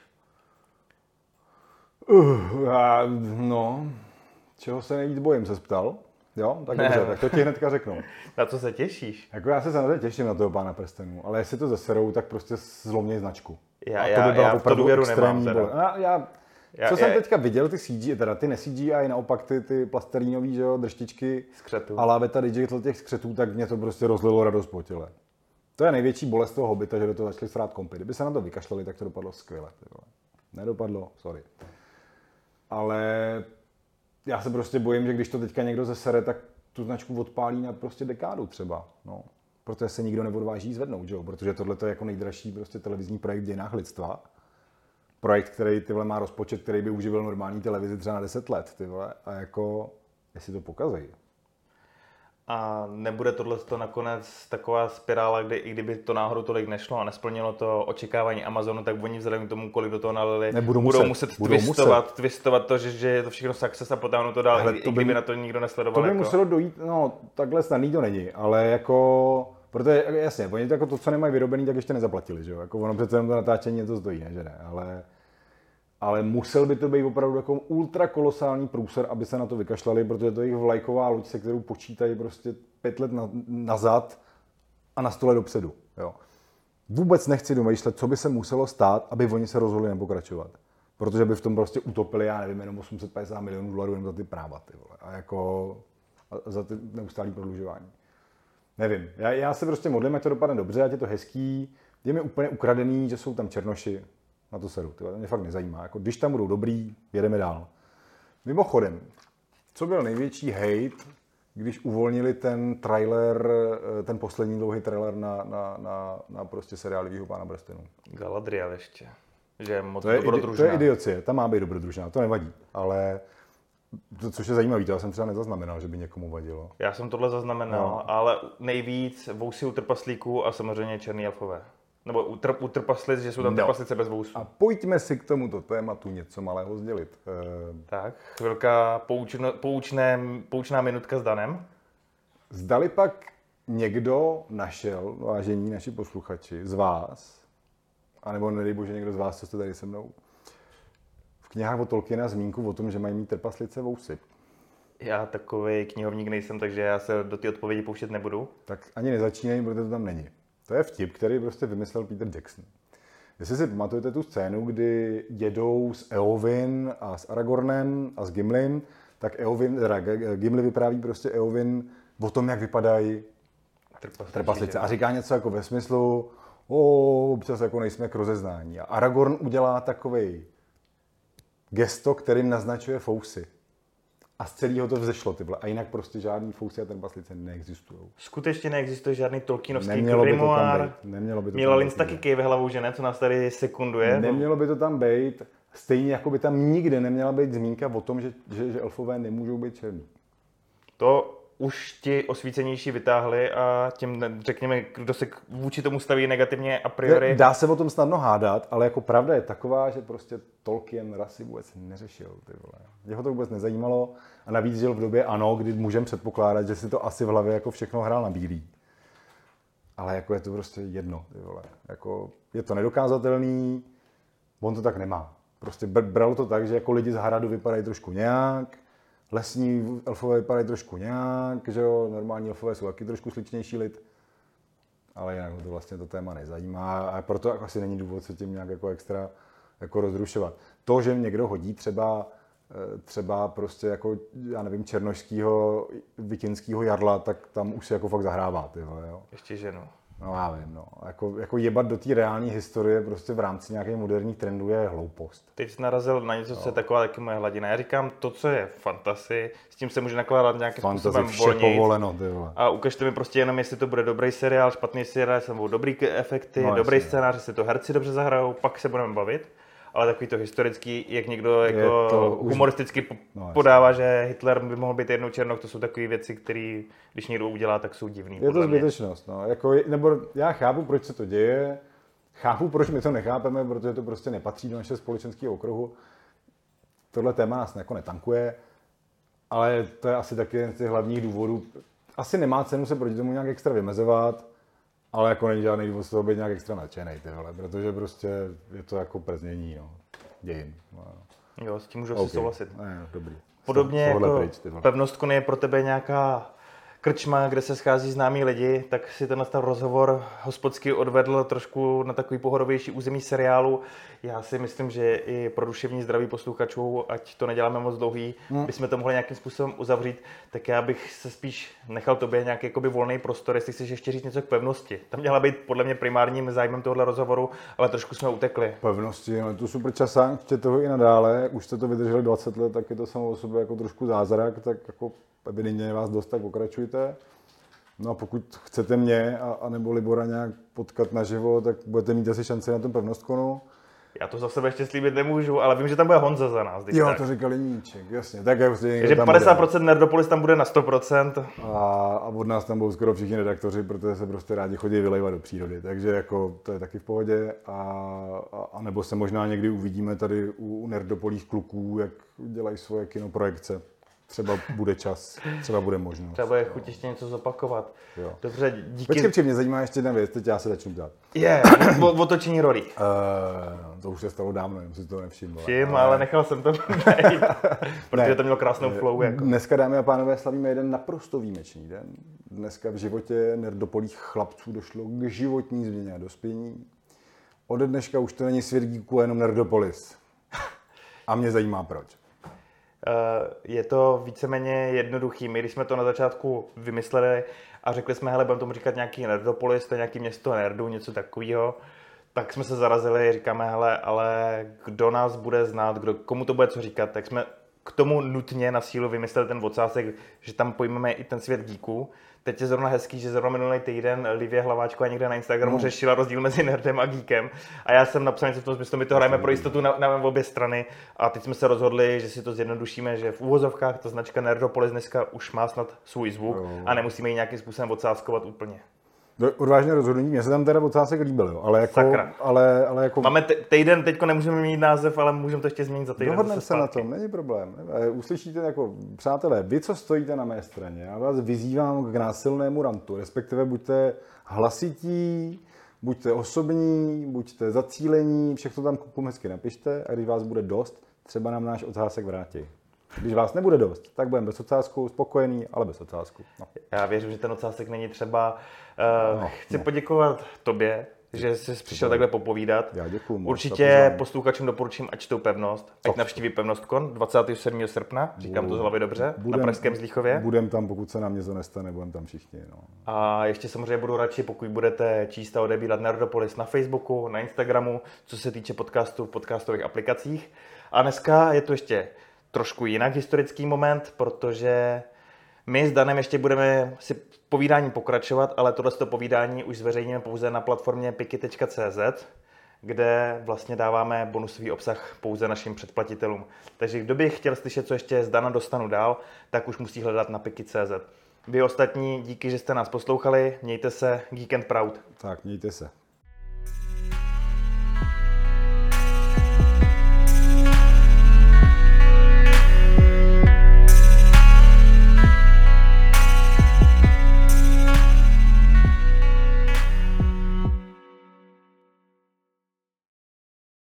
Uh, no, čeho se nejvíc bojím, se ptal? Jo, tak ne. Dobře, tak to ti hnedka řeknu. Na co se těšíš? Jako já se samozřejmě těším na toho Pána prstenů, ale jestli to zaserou, tak prostě zlomněj značku. Já, já, to by já v to důvěru nemám. Já, já, já, co já, jsem já, teďka viděl, ty C G I, teda ty ne C G I, naopak ty, ty plastelínový, že jo, drštičky skřetů. A Laveta Digital těch skřetů, tak mě to prostě rozlilo radost po těle. To je největší bolest toho Hobita, že do toho začali srát kompy. Kdyby se na to vykašlali, tak to dopadlo skvěle. Nedopadlo, sorry. Ale já se prostě bojím, že když to teďka někdo zesere, tak tu značku odpálí na prostě dekádu třeba. No. Protože se nikdo neodváží zvednout, že jo? Protože tohle je jako nejdražší prostě televizní projekt v dějinách lidstva. Projekt, který ty vole má rozpočet, který by uživil normální televizi třeba na deset let, ty vole. A jako, jestli to pokazí. A nebude tohle nakonec taková spirála, kdy i kdyby to náhodou tolik nešlo a nesplnilo to očekávání Amazonu, tak oni vzhledem k tomu, kolik do toho nalili, nebudou budou muset, muset budou twistovat, muset. twistovat to, že, že je to všechno success a potáhnout to dál, Hele, to i kdyby by, na to nikdo nesledoval. To by jako. muselo dojít, no takhle snadný to není, ale jako, protože jasně, oni to, jako to, co nemají vyrobený, tak ještě nezaplatili, že jo, jako ono přece jenom to natáčení něco stojí, ne, že ne, ale... Ale musel by to být opravdu jako ultrakolosální průser, aby se na to vykašlali, protože to je jejich vlajková loď, se kterou počítají prostě pět let na, nazad a na stole dopředu. Jo. vůbec nechci domýšlet, co by se muselo stát, aby oni se rozhodli nepokračovat. Protože by v tom prostě utopili, já nevím, jenom osm set padesát milionů dolarů jenom za ty práva, ty vole. A jako a za ty neustálý prodlužování. Nevím, já, já se prostě modlím, ať to dopadne dobře, ať je to hezký. Je mi úplně ukradený, že jsou tam černoši. Na to sedu, to mě fakt nezajímá. Jako, když tam budou dobrý, jedeme dál. Mimochodem, co byl největší hate, když uvolnili ten trailer, ten poslední dlouhý trailer na, na, na, na prostě seriálivýho Pána prstenů? Galadriel ještě. Že je moc to je dobrodružná. To je idiocie, tam má být dobrodružná, to nevadí. Ale to, což je zajímavé, to já jsem třeba nezaznamenal, že by někomu vadilo. Já jsem tohle zaznamenal, no. Ale nejvíc vousy u trpaslíků a samozřejmě černý elfové. Nebo u, tr- u trpaslic, že jsou tam no. trpaslice bez vousů. A pojďme si k tomuto tématu něco malého sdělit. E... Tak, chvilka poučno, poučné, poučná minutka s Danem. Zdali pak někdo našel, vážení naši posluchači, z vás, anebo nedej bože někdo z vás, co jste tady se mnou, v knihách o Tolkiena zmínku o tom, že mají mít trpaslice vousy. Já takový knihovník nejsem, takže já se do té odpovědi pouštět nebudu. Tak ani nezačínej, protože to tam není. To je vtip, který prostě vymyslel Peter Jackson. Jestli si pamatujete tu scénu, kdy jedou s Eowyn a s Aragornem a s Gimlim, tak Eowyn, teda Gimli vypráví prostě Eowyn o tom, jak vypadají trpaslice. A říká něco jako ve smyslu, o, občas jako nejsme k rozeznání. A Aragorn udělá takovej gesto, kterým naznačuje fousy. A z celého to vzešlo, tyhle. A jinak prostě žádný fousy a trpaslice neexistují. Skutečně neexistuje žádný Tolkienovský grimoire. Nemělo by to Měla Linz taky kejve hlavou, že ne? Co nás tady sekunduje. Nemělo by to tam být. Stejně jako by tam nikde neměla být zmínka o tom, že, že, že elfové nemůžou být černí. To už ti osvícenější vytáhli a tím, řekněme, kdo se vůči tomu staví negativně a priori. Dá se o tom snadno hádat, ale jako pravda je taková, že prostě Tolkien rasy vůbec neřešil. Ty vole. Jeho to vůbec nezajímalo a navíc žil v době ano, kdy můžeme předpokládat, že si to asi v hlavě jako všechno hrál na bílý. Ale jako je to prostě jedno. Ty vole. Jako je to nedokázatelný, on to tak nemá. Prostě bral to tak, že jako lidi z Haradu vypadají trošku nějak, lesní elfové vypadají trošku nějak, že jo, normální elfové jsou taky trošku sličnější lid, ale jinak to vlastně to téma nezajímá a proto asi není důvod se tím nějak jako extra jako rozrušovat. To, že někdo hodí třeba, třeba prostě jako, já nevím, černošskýho, vikingskýho jarla, tak tam už se jako fakt zahrává, ty vole, jo. Ještě ženu. No já vím, no. Jako, jako jebat do té reální historie prostě v rámci nějakých moderních trendů je hloupost. Teď jsi narazil na něco, co je taková taky moje hladina. Já říkám, to, co je fantasy, s tím se může nakládat nějakým způsobem volnějc. Povoleno, ty vole. A ukažte mi prostě jenom, jestli to bude dobrý seriál, špatný seriál, jestli budou dobrý efekty, no, dobrý jasně, scénář, jestli to herci dobře zahrajou, pak se budeme bavit. Ale takový to historický, jak někdo jako to humoristicky už... no, podává, že Hitler by mohl být jednou černok, to jsou takové věci, které, když někdo udělá, tak jsou divný. Je to zbytečnost, no. Jako, nebo já chápu, proč se to děje, chápu, proč my to nechápeme, protože to prostě nepatří do našeho společenského okruhu. Tohle téma nás jako netankuje, ale to je asi taky jeden z těch hlavních důvodů. Asi nemá cenu se proti tomu nějak extra vymezovat, ale jako není žádný důvod z toho být nějak extra nadšenej, tyhle, protože prostě je to jako prznění, no, dějin. No. Jo, s tím můžu okay. asi souhlasit. Ne, dobrý. Podobně jako pryč, Pevnost Kony je pro tebe nějaká krčma, kde se schází známí lidi, tak si tenhle rozhovor hospodsky odvedl trošku na takový pohorovější území seriálu. Já si myslím, že i pro duševní zdraví posluchačů, ať to neděláme moc dlouhý, hmm. bychom to mohli nějakým způsobem uzavřít, tak já bych se spíš nechal tobě nějaký jakoby volný prostor, jestli chceš ještě říct něco k pevnosti. Tam měla být podle mě primárním zájmem tohohle rozhovoru, ale trošku jsme utekli. Pevnosti, ale tu super časák, včetně toho i nadále, už jste to vydrželi dvacet let, tak je to samo o sobě jako trošku zázrak, tak jako evidentně vás dost, tak pokračujte. No a pokud chcete mě a, a nebo Libora nějak potkat naživo, tak budete mít asi šanci na tom Pevnostkonu. Já to za sebe ještě slíbit nemůžu, ale vím, že tam bude Honza za nás. Jo, tak. To říkal Níček, jasně. Tak Takže padesát procent Nerdopolis tam bude na sto procent. A, a od nás tam budou skoro všichni redaktoři, protože se prostě rádi chodí vylejvat do přírody. Takže jako to je taky v pohodě. A, a, a nebo se možná někdy uvidíme tady u, u Nerdopolích kluků, jak dělají svoje kinoprojekce. třeba bude čas, třeba bude možnost. Třeba bude chuť ještě něco zopakovat. Jo. Dobře, díky. Počkej, počkej, mě zajímá ještě jedna věc, teď já se začnu ptát. Je, yeah, o, otočení roli. Uh, to už se stalo dávno, jenom si to nevšiml. Všim, ale nechal jsem to být, protože ne, to mělo krásnou flow. Jako. Dneska, dámy a pánové, slavíme jeden naprosto výjimečný den. Dneska v životě nerdopolých chlapců došlo k životní změně a dospění. Ode dneška už to není svět geeků, jenom Nerdopolis. A mě zajímá proč. Je to víceméně jednoduchý. My, když jsme to na začátku vymysleli a řekli jsme, hele, budeme tomu říkat nějaký Nerdopolis, to je nějaký město nerdů, něco takového, tak jsme se zarazili, říkáme, hele, ale kdo nás bude znát, kdo, komu to bude co říkat, tak jsme k tomu nutně na sílu vymysleli ten odsázek, že tam pojmeme i ten svět geeků. Teď je zrovna hezký, že zrovna minulý týden Livie Hlaváčková někde na Instagramu no. řešila rozdíl mezi nerdem a geekem. A já jsem napsal něco v tom smyslu, my to hrajeme pro jistotu na, na obě strany. A teď jsme se rozhodli, že si to zjednodušíme, že v úvozovkách ta značka Nerdopolis dneska už má snad svůj zvuk no. a nemusíme ji nějakým způsobem odsázkovat úplně. Odvážné rozhodnutí, mně se tam teda odsázek líbil, jo. Ale jako, ale, ale jako... Máme týden, teďko nemůžeme mít název, ale můžeme to ještě změnit za týden. Dohodneme se na tom, není problém. Uslyšíte jako, přátelé, vy, co stojíte na mé straně, já vás vyzývám k násilnému rantu, respektive buďte hlasití, buďte osobní, buďte zacílení, všechno tam klukům hezky napište a když vás bude dost, třeba nám náš odsázek vrátí. Když vás nebude dost, tak budeme bez ocásku, spokojený, ale bez ocásku. No. Já věřím, že ten ocásek není třeba. Uh, no, chci no. poděkovat tobě, že jsi přišel takhle popovídat. Já děkuju. Určitě posluchačům doporučím, ať čtou Pevnost, ať navštíví PevnostCon dvacátého sedmého srpna, říkám to z hlavy dobře, budem, na Pražském Zlíchově. Budem tam, pokud se nám něco nestane, budeme tam všichni. No. A ještě samozřejmě budu radši, pokud budete číst a odebírat Nerdopolis na Facebooku, na Instagramu, co se týče podcastů v podcastových aplikacích. A dneska je to ještě trošku jinak historický moment, protože my s Danem ještě budeme si povídání pokračovat, ale tohleto povídání už zveřejníme pouze na platformě piky tečka cé zet, kde vlastně dáváme bonusový obsah pouze našim předplatitelům. Takže kdo by chtěl slyšet, co ještě z Dana dostanu dál, tak už musí hledat na piky tečka cé zet. Vy ostatní, díky, že jste nás poslouchali, mějte se, geek and proud. Tak, mějte se.